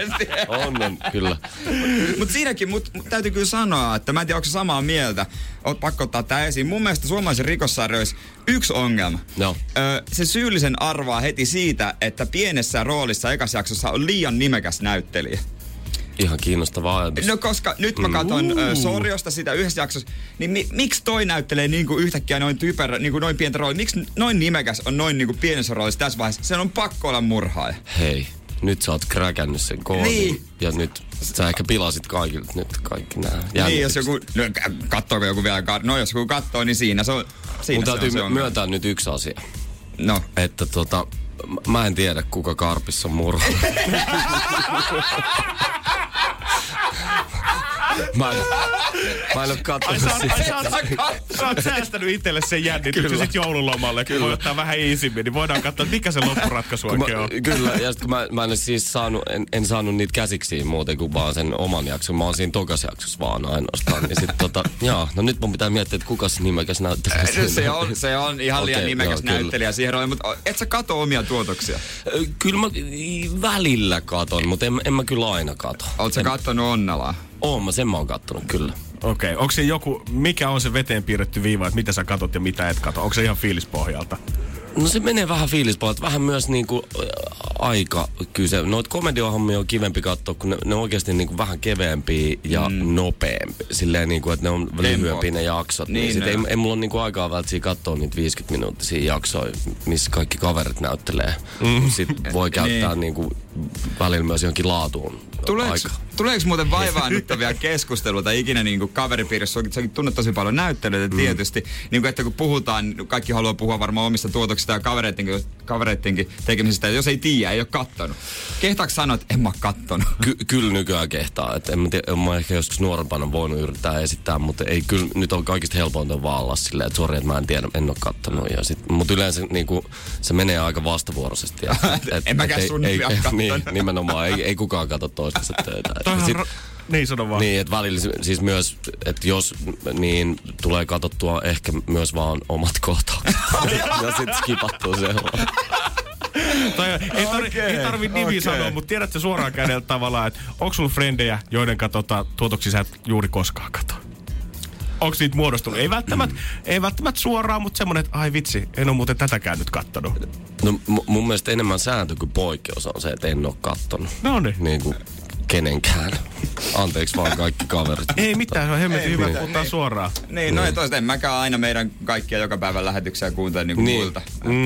on, kyllä. Mut siinäkin täytyy kyllä sanoa, että mä en tiedä, onko se samaa mieltä. Oot pakko ottaa tää esiin. Mun mielestä suomalaisen rikossarjoissa yksi ongelma. No. Se syyllisen arvaa heti siitä, että pienessä roolissa ekassa jaksossa on liian nimekäs näyttelijä. Ihan kiinnostava ajatus. No koska nyt mä katson Sorjosta sitä yhdessä jaksossa, niin miksi toi näyttelee niinku yhtäkkiä noin typerä, niinku noin pientä roolia? Miksi noin nimekäs on noin niinku pienessä roolissa tässä vaiheessa? Sen on pakko olla murhaaja. Hei, nyt sä oot kräkännyt sen koodin. Niin. Ja nyt sä ehkä pilasit kaikilta nyt kaikki nää. Niin, jos joku, kattooko joku vielä, no jos joku kattoo, niin siinä se on. Mun täytyy myöntää nyt yksi asia. No. Että mä en tiedä kuka Karpissa on murha. Mä en oo kattonut sitä. Sä oot säästänyt itselle sen jännityksen sit joululomalle, kun voi ottaa vähän iisimmin, niin voidaan katsoa, mikä se loppuratkaisu oikein on. Kyllä, ja sit kun mä en siis en saanut niitä käsiksiin muuten kuin vaan sen oman jakson. Mä oon siinä tokas jaksossa vaan ainoastaan. Ja sit no nyt mun pitää miettiä, että kuka se nimekäs näyttelijä. Se on ihan liian nimekäs näyttelijä siihen rooliin, mutta et sä kato omia tuotoksia? Kyllä mä välillä katon, mutta en mä kyllä aina kato. Oot sä kattonut Onnelaa? Sen mä oon kattonut, kyllä. Okei. Onko se joku, mikä on se veteen piirretty viiva, että mitä sä katot ja mitä et kato? Onko se ihan fiilispohjalta? No se menee vähän fiilispohjalta, vähän myös niinku aika kyse. Noita komediohommia on kivempi katsoa, kun ne on oikeasti niinku vähän keveempiä ja nopeampi. Silleen niinku, että ne on lyhyempiä ne jaksot. Niin sit ei mulla ole niinku aikaa välttämättä katsoa niitä 50-minuuttisia jaksoja, missä kaikki kaverit näyttelee. Sitten voi käyttää niinku välillä myös johonkin laatuun aikaa. Tuleeko muuten vaivaannuttavia keskusteluita ikinä niin kuin kaveripiirissä? Säkin tunnet tosi paljon näyttelyitä tietysti. Niin kuin, että kun puhutaan, kaikki haluaa puhua varmaan omista tuotoksista ja kavereittenkin tekemisistä. Ja jos ei tiedä, ei ole kattonut. Kehtaako sanoa, että en mä kattonut? Kyllä nykyään kehtaa. Et en mä ehkä joskus nuorempana voinut yrittää esittää, mutta ei kyllä nyt on kaikista helpointa vaan olla silleen, että sori, että mä en tiedä, en ole kattonut. Mutta yleensä niin kuin, se menee aika vastavuoroisesti. En mäkään sun nimiä kattonut. Niin, nimenomaan. Ei kukaan katso toistensa töitä. Niin, sano vaan. Niin, että välillä siis myös, että jos niin tulee katsottua ehkä myös vaan omat kohtaukset. Ja sit skipattuu seuraava. Ei tarvi nimi sanoa, mutta tiedätkö suoraan kädellä tavallaan, että onko sulla frendejä, joiden tuotoksia sä et juuri koskaan kato? Onko niitä muodostunut? Ei välttämättä suoraan, mutta semmonen, että ai vitsi, en ole muuten tätäkään nyt kattonut. No mun mielestä enemmän sääntö kuin poikkeus on se, että en ole kattonut. No niin. Niin kuin kenenkään. Anteeksi vaan kaikki kaverit. Ei mitään, se on hemmetin hyvä, puhutaan suoraan. Niin, no toista en mäkään aina meidän kaikkia joka päivän lähetyksiä kuuntele niin kuin muilta.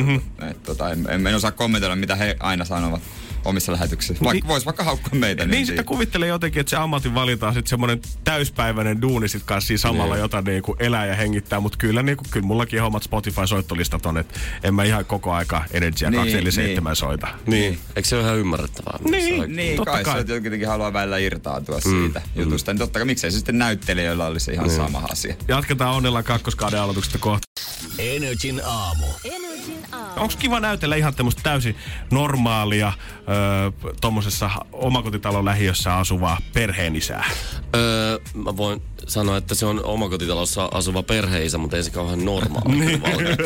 En osaa kommentoida, mitä he aina sanovat omissa lähetyksissä. Vois vaikka haukkua meitä. Niin sitten kuvittele jotenkin, että se ammatin valitaan sitten semmoinen täyspäiväinen duuni sit kanssa siinä samalla, jota niinku elää ja hengittää. Mutta kyllä mullakin omat Spotify-soittolistat on, että en mä ihan koko aika Energia 247 soita. Niin. Eikö se ole ihan ymmärrettävää? Niin, kai se jotenkin haluaa välillä irtaantua siitä jutusta. Niin totta kai miksei se sitten näyttelijöillä olisi ihan sama asia. Jatketaan Onnella kakkoskauden aloituksesta kohta. Energin aamu. Onko kiva näytellä ihan tämmöistä täysin normaalia tommosessa omakotitalon lähiössä asuvaa perheenisää? Mä voin sanoa, että se on omakotitalossa asuva perheisä, mutta ei se kauhean normaali.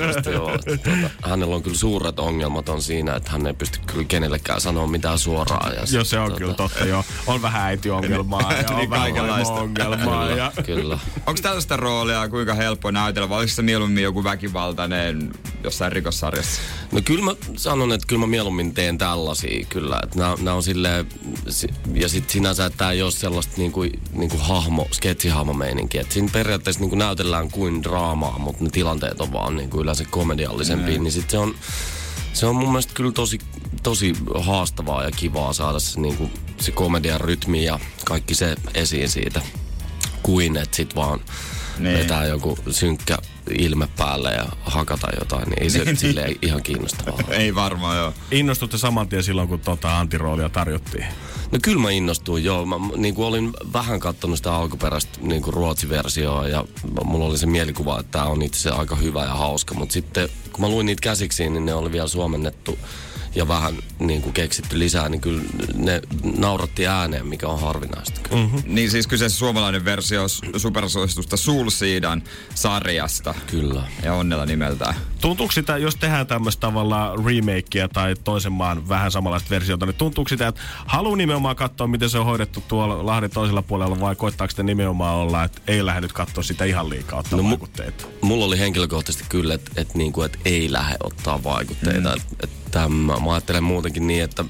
Hänellä on kyllä suuret ongelmat on siinä, että hän ei pysty kyllä kenellekään sanoa mitään suoraan. Joo, se on kyllä totta, joo. On vähän äitiongelmaa ja on vähän ongelmaa. Kyllä. Onko tällaista roolia kuinka helppo näytellä, vai oliko se mieluummin joku väkivaltainen jossain rikossarjassa? No kyllä mä sanon, että kyllä mä mieluummin teen tällaisia kyllä. Että nää on silleen, ja sit sinänsä, että tää ei ole sellaista niinku sketsihahmomeininkiä. Että siinä periaatteessa niinku näytellään kuin draamaa, mutta ne tilanteet on vaan niinku yleensä komediallisempia. Niin sit se on mun mielestä kyllä tosi haastavaa ja kivaa saada se, niinku, se komedian rytmi ja kaikki se esiin siitä. Kuin että sit vaan vetää joku synkkä ilme päälle ja hakata jotain, niin ei se silleen ihan kiinnostavaa. Ei varmaan, joo. Innostutte saman tien silloin, kun antiroolia tarjottiin? No kyllä mä innostuin, joo. Mä olin vähän kattonut sitä alkuperäistä ruotsiversioa ja mulla oli se mielikuva, että tää on itse aika hyvä ja hauska. Mutta sitten kun mä luin niitä käsiksiin, niin ne oli vielä suomennettu ja vähän keksitty lisää, niin kyllä ne nauratti ääneen, mikä on harvinaista. Niin siis kyseessä suomalainen versio supersuositusta Sulsiidan sarjasta. Kyllä. Ja Onnella nimeltään. Tuntuuko sitä, jos tehdään tämmöistä tavallaan remakea tai toisen maan vähän samanlaista versiota, niin tuntuuko sitä, että haluaa nimenomaan katsoa, miten se on hoidettu tuolla Lahden toisella puolella, vai koettaako sitä nimenomaan olla, että ei lähde nyt katsoa sitä ihan liikaa ottaa vaikutteita? Mulla oli henkilökohtaisesti kyllä, että ei lähde ottaa vaikutteita. Mä ajattelen muutenkin niin, että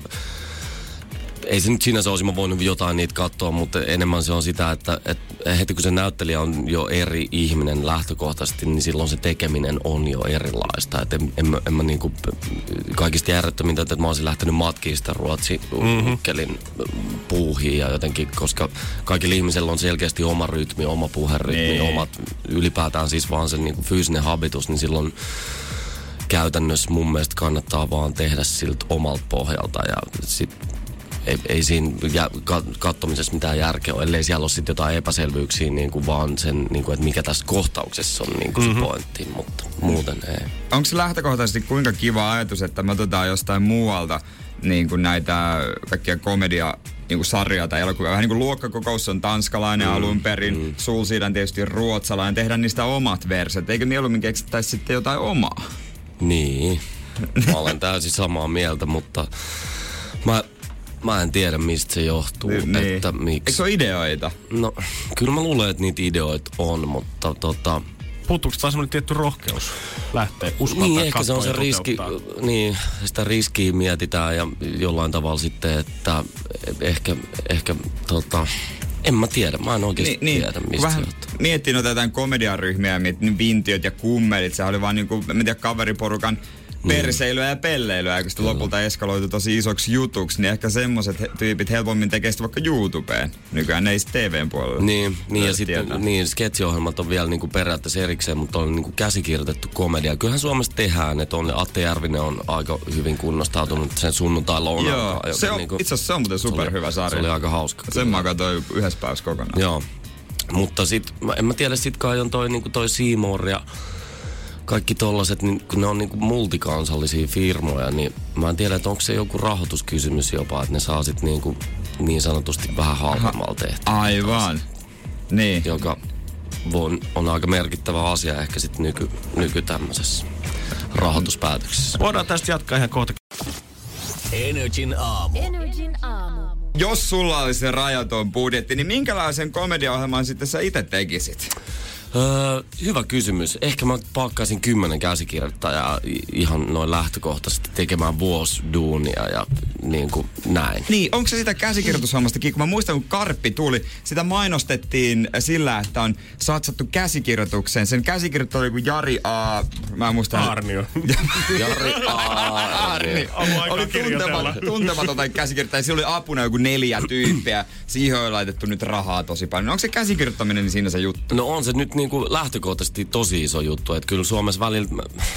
ei se nyt sinänsä olisi, mä voinut jotain niitä katsoa, mutta enemmän se on sitä, että heti kun se näyttelijä on jo eri ihminen lähtökohtaisesti, niin silloin se tekeminen on jo erilaista. Et en mä niinku kaikista järjettömintä, että mä olisin lähtenyt matkiin sitä ruotsi-ukkelin puuhiin ja jotenkin, koska kaikilla ihmisellä on selkeästi oma rytmi, oma puherytmi, omat ylipäätään siis vaan se niinku fyysinen habitus, niin silloin käytännössä mun mielestä kannattaa vaan tehdä siltä omalta pohjalta ja sit ei siinä katsomisessa mitään järkeä ole, ellei siellä ole sitten jotain epäselvyyksiä niinku vaan sen, niinku, että mikä tässä kohtauksessa on niinku se pointti, mutta muuten ei. Onko se lähtökohtaisesti kuinka kiva ajatus, että me otetaan jostain muualta niin kuin näitä kaikkia komedia niin kuin sarjaa tai elokuvia. Vähän niin kuin Luokkakokous on tanskalainen alun perin, Sulsiidan tietysti ruotsalainen. Tehdään niistä omat verset. Eikö mieluummin keksittäisi sitten jotain omaa? Niin, mä olen täysin samaa mieltä, mutta mä en tiedä, mistä se johtuu. Niin. Että miksi. Eikö se ole ideoita? No, kyllä mä luulen, että niitä ideoita on, mutta puuttuuko taas semmoinen tietty rohkeus lähteä uskaltaa niin, ehkä se on se riski, niin, sitä riskiä mietitään ja jollain tavalla sitten, että ehkä en mä tiedä, mä en oikeasti tiedä, mistä vähän se johtuu. miettii noita jotain komediaryhmiä, Vintiöt ja Kummelit, se oli vaan niinku, mä tiedä, kaveriporukan perseilyä ja pelleilyä, ja kun sitä lopulta eskaloitu tosi isoksi jutuksi, niin ehkä semmoiset tyypit helpommin tekee sitä vaikka YouTubeen. Nykyään ne ei TVn puolella. Niin ja sitten sketsiohjelmat on vielä niinku periaatteessa erikseen, mutta on niinku käsikirjoitettu komedia. Kyllähän Suomessa tehdään, että Atte Järvinen on aika hyvin kunnostautunut sen sunnuntai-lounaan. Joo, se on, niinku, itse asiassa se on muuten superhyvä sarja. Se oli aika hauska. Sen mä katsoin yhdessä päivässä kokonaan. Joo, mutta en mä tiedä, sit kai on toi C-More ja kaikki tollaset, niin kun ne on niinku multikansallisia firmoja, niin mä en tiedä, että onko se joku rahoituskysymys jopa, että ne saa sit niinku niin sanotusti vähän halvemmalla tehtyä. Aivan. Niin. Joka on aika merkittävä asia ehkä sit nyky tämmöisessä rahoituspäätöksessä. Voidaan tästä jatkaa ihan kohta. Energin aamu. Jos sulla olisi se rajaton budjetti, niin minkälaisen komediaohjelman sitten sä itse tekisit? Hyvä kysymys. Ehkä mä palkkaisin 10 käsikirjoittajaa ihan noin lähtökohtaisesti tekemään vuosiduunia ja niin kuin näin. Niin, onko se sitä käsikirjoitushommastakin? Kun mä muistan, kun Karppi tuli, sitä mainostettiin sillä, että on satsattu käsikirjoitukseen. Sen käsikirjoittaja oli kuin Jari A. Mä en muista. Arnio. Jari Arni. Oli tuntematon tai käsikirjoittaja. Siellä oli apuna joku 4 tyyppiä. Siihen on laitettu nyt rahaa tosi paljon. No, onko se käsikirjoittaminen niin siinä se juttu? No on se nyt niinku lähtökohtaisesti tosi iso juttu, että kyllä Suomessa välillä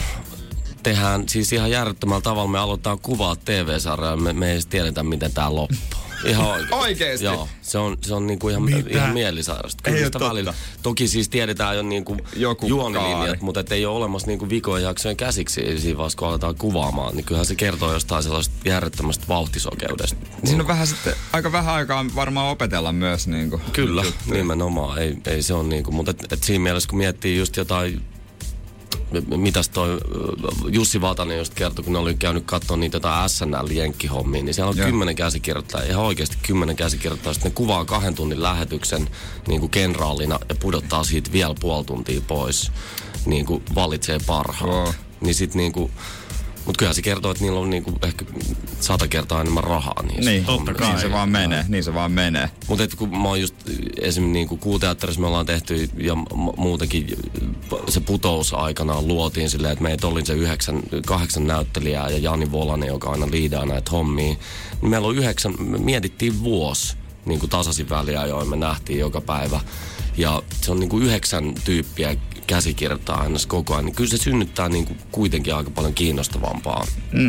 tehdään siis ihan järjettömällä tavalla, me aloitetaan kuvaa TV-sarjaa, me ei edes tiedetä, miten tää loppuu. Ihan oikeesti. Oikeesti? Joo, se on niinku ihan mielisairasta. Kyllä sitä välillä. Toki siis tiedetään jo niinku juonilinjat, mutta ei ole olemassa niinku vikojen jaksojen käsiksi siinä vaiheessa, kun aletaan kuvaamaan. Niin kyllähän se kertoo jostain sellaista järjettömästä vauhtisokeudesta. Siinä on vähän sitten, aika vähän aikaa varmaan opetella myös niinku. Kyllä, nimenomaan. Ei se on niinku, mutta et siinä mielessä kun miettii just jotain, mitäs toi Jussi Vatanen just kertoi, kun ne oli käynyt katsoa niitä jotain SNL-jenkkihommia, niin siellä on 10 käsikirjoittajaa, ihan oikeasti 10 käsikirjoittajaa. Sitten ne kuvaa 2 tunnin lähetyksen niin kuin kenraalina ja pudottaa siitä vielä puoli tuntia pois, niin kuin valitsee parhaan. Niin sit niinku, mut kyllähän se kertoo, että niillä on niinku ehkä 100 kertaa enemmän rahaa. Niin, totta kai. Niin se vaan menee. Mutta kun mä oon just esimerkiksi niinku Kuuteatterissa me ollaan tehty ja muutenkin se Putous aikanaan luotiin silleen, että meitä oli se 8 näyttelijää ja Jani Volanen, joka aina liidaa näitä hommia. Niin meillä on 9, me mietittiin vuosi niinku tasaisin väliajoin, me nähtiin joka päivä. Ja se on niinku 9 tyyppiä käsikirjoittaa aina koko ajan. Niin kyllä se synnyttää niinku kuitenkin aika paljon kiinnostavampaa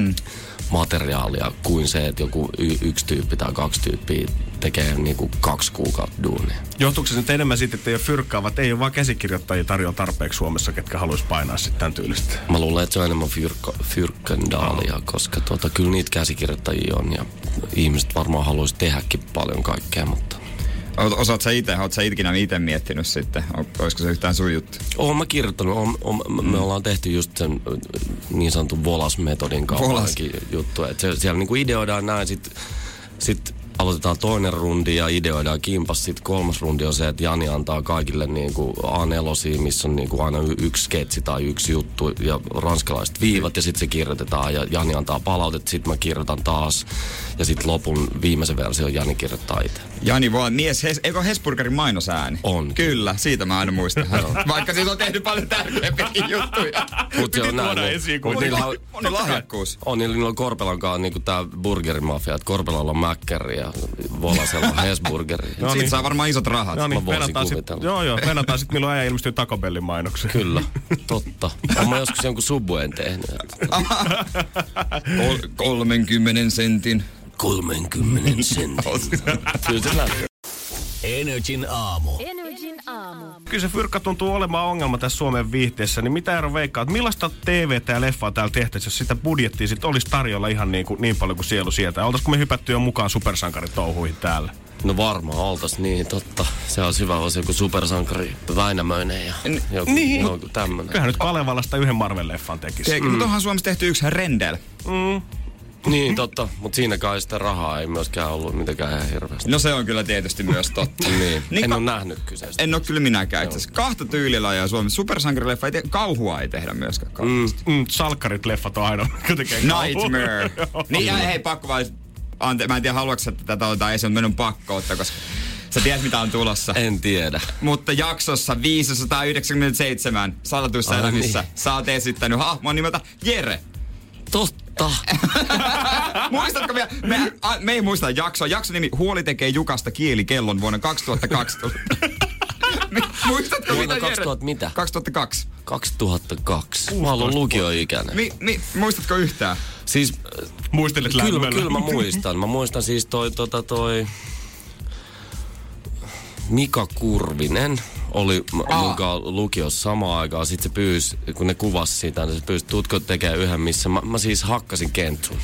materiaalia kuin se, että joku 1 tyyppi tai 2 tyyppiä tekee niinku 2 kuukautta duunia. Johtuuko se nyt enemmän siitä, että ei ole fyrkkaavat, ei ole vaan käsikirjoittajia tarjolla tarpeeksi Suomessa, ketkä haluaisi painaa sitten tämän tyylistä? Mä luulen, että se on enemmän fyrkkendaalia, koska kyllä niitä käsikirjoittajia on ja ihmiset varmaan haluaisi tehdäkin paljon kaikkea, mutta... Oot sä ikinä itse miettinyt sitten? Olisiko se yhtään sun juttu? Oon mä kirjoittanut. Me ollaan tehty just sen niin sanotun Volas-metodin kautta juttu. Että siellä niinku ideoidaan näin, sit aloitetaan toinen rundi ja ideoidaan kimpas. Sitten 3. rundi on se, että Jani antaa kaikille niinku A4, missä on niinku aina 1 sketsi tai 1 juttu ja ranskalaiset viivat ja sitten se kirjoitetaan ja Jani antaa palautetta, sitten mä kirjoitan taas ja sitten lopun viimeisen version Jani kirjoittaa itse. Jani vaan eikö Hesburgerin mainosääni? On. Kyllä, siitä mä aina muistan. Vaikka siitä on tehnyt paljon tärkeämpiä juttuja. Mutta se on näin. Moni lahjakkuus. Niillä on Korpelankaan niinku tää burgerimafia, että Korpelalla on Mäkkäri ja Volasella on Hesburgeri. Siitä saa varmaan isot rahat. No niin, venataan sit milloin äijä ilmestyy Taco Bellin mainoksia. Kyllä, totta. Oon mä joskus jonkun Subwayn tehnyt. 30 sentin 30 sentin. Kyllä se näkyy. Energin aamu. Kyllä se fyrkka tuntuu olemaan ongelma tässä Suomen viihteessä, niin mitä Eero veikkaa, että millaista TV:tä ja leffaa täällä tehtäisiin, jos sitä budjettia sit olisi tarjolla ihan niin paljon kuin sielu sieltä? Oltaisiko me hypätty jo mukaan supersankaritouhuihin täällä? No varmaan oltais niin, totta. Se olisi hyvä, olisi joku supersankari Väinämöinen ja joku tämmönen. Kyllähän nyt Kalevallasta yhden Marvel-leffan tekisi. Mutta onhan Suomessa tehty yksi Rendel. Niin, totta. Mutta siinäkään sitä rahaa ei myöskään ollut mitenkään ihan hirveästi. No se on kyllä tietysti myös totta. niin. En ole nähnyt kyseistä. En ole kyllä minäkään itse asiassa. 2 tyylilajia Suomessa. Supersankarileffa kauhua ei tehdä myöskään kauheasti. Salkkarit-leffat on aina tekee Nightmare. Niin, hei, pakko vaan... Mä en tiedä, haluatko että tätä otetaan esiin, mutta minun pakko ottaa, koska sä tiedät, mitä on tulossa. En tiedä. Mutta jaksossa 597 Salatuissa elämissä niin. Sä oot esittänyt hahmon nimeltä Jere. Totta. Muistatko vielä? Me ei muista jaksoa. Jakson nimi Huoli tekee Jukasta kielikellon vuonna 2002. Muistatko vuonna mitä 2000 Jere? mitä? 2002. 2002. Mä oon lukioikäinen. Muistatko yhtään? Siis muistelet lämmöllä. Kyllä mä muistan. Mä muistan siis toi Mika Kurvinen oli munkaan lukiossa samaan aikaan. Sitten se pyysi, kun ne kuvasi sitä, niin se pyysi, tuutko tekee yhden, missä mä siis hakkasin Kentsun.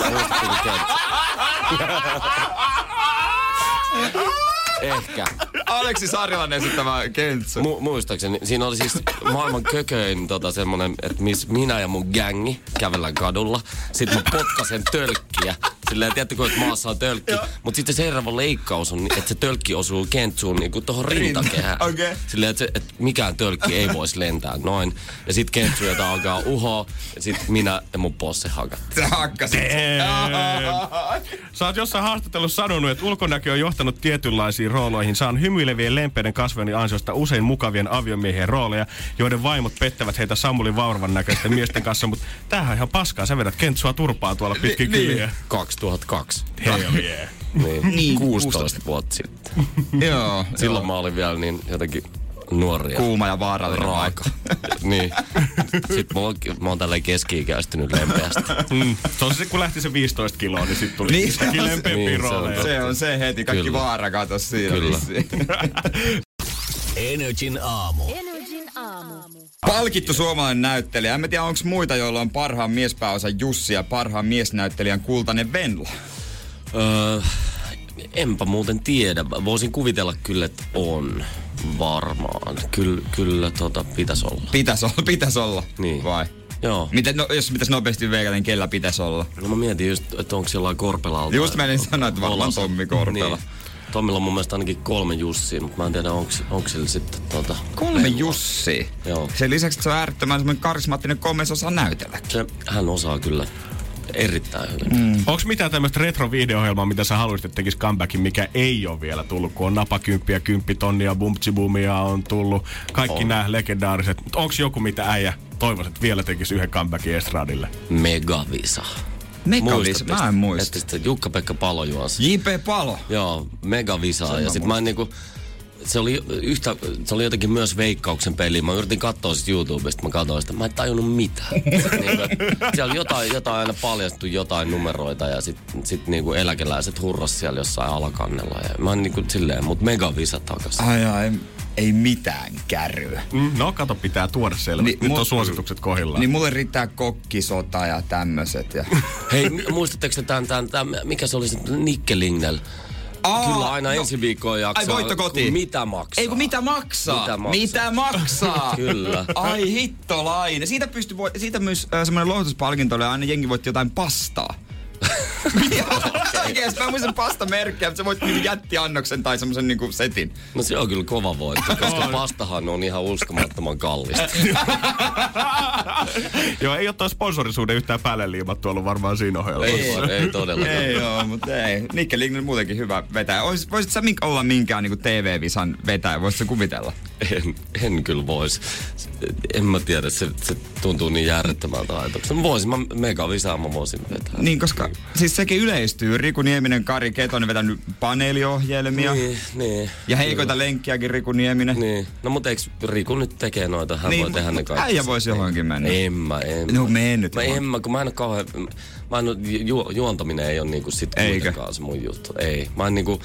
Ehkä. Aleksi Sarjalan esittämä Kentsu. Muistaakseni. Siinä oli siis maailman kököin semmonen, että minä ja mun gängi kävellään kadulla. Sitten mä potkasen tölkkiä. Silleen, tiedättekö, että maassa on tölkki. Mutta sitten se seuraava leikkaus on, että se tölkki osuu Kentsuun niinku tohon rintakehään. Okay. Silleen, että mikään tölkki ei voisi lentää noin. Ja sit Kentsu, jota alkaa uhoa. Ja sit minä ja mun posse hakattiin. Sä hakkasit. Sä oot jossain haastattelussa sanonut, että ulkonäkö on johtanut tietynlaisiin rooloihin. Saan hymyilevien lempeiden kasvojen ansiosta usein mukavien aviomiehien rooleja, joiden vaimot pettävät heitä Samuli Vauravan näköisten miesten kanssa. Mutta tämähän on ihan paskaa. Sä vedät Kentsua turpaa tuolla pitkin kyliä. 2002. Hell yeah. Niin, 16 vuotta sitten. Joo. Silloin mä olin vielä niin jotenkin nuoria. Kuuma ja vaarallinen raaka. Niin. Sitten mä oon tälleen keski-ikäistynyt lempeästi. Se on se, kun lähti se 15 kiloa, niin sit tuli niin, lempeämpiä rooleja. Se on se heti. Kaikki kyllä. Vaara katos siinä. Kyllä. Energin aamu. Palkittu suomalainen näyttelijä. En mä tiedä, onko muita, joilla on parhaan miespääosan Jussi ja parhaan miesnäyttelijän kultainen Venla. Enpä muuten tiedä. Voisin kuvitella kyllä, että on varmaan. Kyllä pitäisi olla. Pitäisi olla? Niin. Vai? Joo. Jos pitäisi nopeasti veikata, niin kellä pitäisi olla? No mä mietin just, että onko jollain Korpelalta. Just menin sanoa, että varmaan Tommi Korpela. Niin. Tommilla on mun mielestä ainakin 3 Jussia, mutta mä en tiedä, onko sillä sitten 3 Jussia? Joo. Sen lisäksi, että se on äärettömän semmoinen karismaattinen komeis osaa näytellä. Hän osaa kyllä erittäin hyvin. Onko mitään tämmöistä retro-video-ohjelmaa, mitä sä haluaisit, että tekisi comebackin, mikä ei ole vielä tullut, kun on Napakymppiä, 10 tonnia, Bumtsibumia on tullut, kaikki nämä legendaariset. Onko joku, mitä äijä toivoisit, että vielä tekisi yhden comebackin estradille? Megavisa. Megavisa? Mä en muista. Että Jukka-Pekka Palo juosi. J.P. Palo? Joo, Megavisa. Ja sit mä en niinku... Se oli jotenkin myös Veikkauksen peli. Mä yritin katsoa sit YouTubesta, mä katsoin sitä. Mä en tajunnut mitään. Siellä oli jotain aina paljastui jotain numeroita ja sit niinku eläkeläiset hurras siellä jossain alakannella. Ja mä oon niinku silleen, mut Megavisa takas. Ei mitään kärryä. No kato, pitää tuoda selvä. Nyt on suositukset kohdillaan. Niin mulle riittää kokkisota ja tämmöset. Ja... Hei, muistatteko te tämän mikä se oli se Nikkelignel? Kyllä aina ensi viikkoon jaksaa. Ai voitto kotiin. Mitä maksaa? Ei kun mitä maksaa? Mitä maksaa? Kyllä. Ai hittolainen. Siitä myös semmoinen lohdutuspalkinto oli, aina jengi voitti jotain pastaa. Oikeesti, mä muistan pastamerkkiä, mutta sä voit jättiannoksen tai semmosen niinku setin. No se on kyllä kova voitto, koska pastahan on ihan uskomattoman kallista. Joo, ei oo toi sponsorisuuden yhtään päälle liimattu ollut varmaan siinä ohjelmassa. Ei todellakaan. Ei oo, mutta ei. Nikke Lignen muutenkin hyvä vetäjä. Voisit sä olla minkään niinku TV-visan vetäjä? Voisit sä kuvitella? En kyllä vois. En mä tiedä, se tuntuu niin järjettömältä ajatukselta. Mä Megavisaa mä voisin vetää. Niin, koska siis sekin yleistyy. Riku Nieminen, Kari Ketonen vetänyt paneeliohjelmia. Niin. Ja heikoita lenkkiäkin Riku Nieminen. Niin. No mutta eikö Riku nyt tekee noita? Hän voi tehdä ne kaikki. Äijä voisi johonkin mennä. En mä. No mene nyt. Kun mä en ole kauhean... Juontaminen ei ole niinku sit kuitenkaan se mun juttu. Ei. Mä en niinku...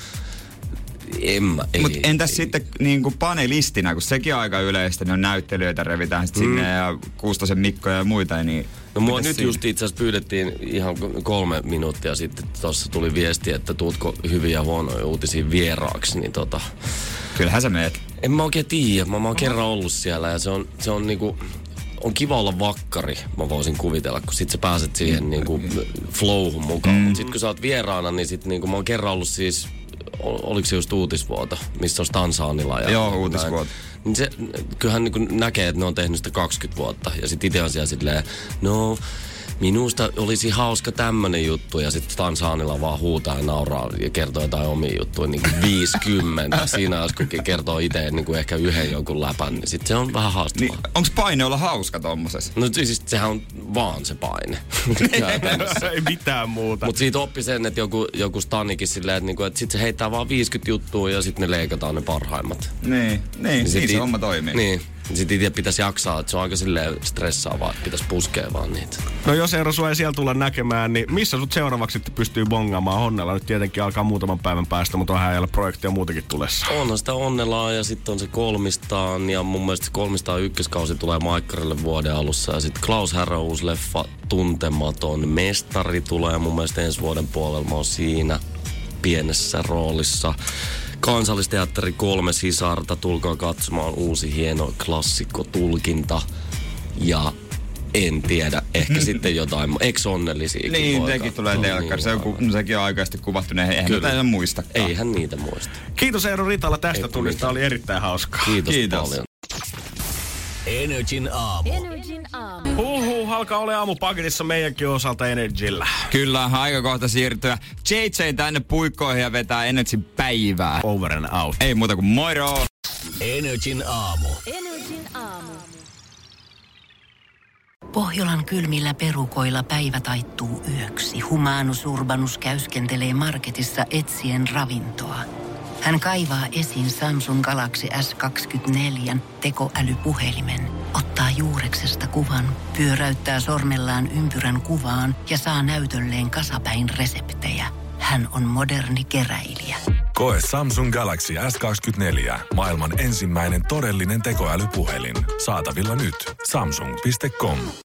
Mutta entäs sitten niinku panelistina, kun sekin on aika yleistä, ne on näyttelijöitä, revitään sinne ja Kuustosen Mikko ja muita, niin... No mua nyt just itse asiassa pyydettiin ihan 3 minuuttia sitten, tuossa tuli viesti, että tuutko hyviä ja huonoja uutisia vieraaksi, niin Kyllähän sä meet. En mä oikein tiedä, mä oon kerran ollut siellä ja se on niinku... On kiva olla vakkari, mä voisin kuvitella, kun sit sä pääset siihen niinku flowhun mukaan. Mut sit kun sä oot vieraana, niin sit niinku mä oon kerran ollut siis... Oliko se just uutisvuoto, missä olisi Tansaanilla? Joo, uutisvuoto. Niin se, kyllähän niin näkee, että ne on tehnyt sitä 20 vuotta. Ja sitten itse on siellä silleen, no minusta olisi hauska tämmönen juttu. Ja sitten Tansaanilla vaan huutaa ja nauraa ja kertoo jotain omia juttuja niin kuin 50. Siinä jos kun kertoo itse niin kuin ehkä yhden jonkun läpän, niin sitten se on vähän haastavaa. Niin, onko paine olla hauska tommosessa? No siis sehän on vaan se paine. Ei mitään muuta. Mutta siitä oppi sen, että joku stanikin silleen, että, niinku, että sit se heittää vaan 50 juttua ja sitten ne leikataan ne parhaimmat. Niin se homma toimii. Niin. Sitten itse pitäisi jaksaa, että se on aika silleen stressaavaa, että pitäisi puskea vaan niitä. No jos Eero sua ei siellä tulla näkemään, niin missä sut seuraavaksi sitten pystyy bongaamaan? Onnella nyt tietenkin alkaa muutaman päivän päästä, mutta onhan ajalla projektia muutenkin tulessa. Onhan sitä Onnelaa ja sitten on se 300 ja mun mielestä se 301 kausi tulee Maikkarille vuoden alussa. Ja sitten Klaus Härä uusi leffa Tuntematon mestari tulee mun mielestä ensi vuoden puolella. Mä oon siinä pienessä roolissa. Kansallisteatteri 3 sisarta, tulkaa katsomaan uusi hieno klassikkotulkinta. Ja en tiedä, ehkä sitten jotain, eikö onnellisiakin niin, tekin tulee telkkari. Sekin on aikaisesti kuvattu, eihän niitä muistakaan. Eihän niitä muista. Kiitos Eero Ritala tästä tunnista, oli erittäin hauskaa. Kiitos paljon. Energin aamu. Alkaa olla aamupaketissa meidänkin osalta Energillä. Kyllä, aika kohta siirtyä JJ tänne puikkoihin ja vetää Energin päivää. Over and out. Ei muuta kuin moro! Energin aamu. Pohjolan kylmillä perukoilla päivä taittuu yöksi. Humanus Urbanus käyskentelee marketissa etsien ravintoa. Hän kaivaa esiin Samsung Galaxy S24 tekoälypuhelimen, ottaa juureksesta kuvan, pyöräyttää sormellaan ympyrän kuvaan ja saa näytölleen kasapäin reseptejä. Hän on moderni keräilijä. Koe Samsung Galaxy S24. Maailman ensimmäinen todellinen tekoälypuhelin. Saatavilla nyt. Samsung.com.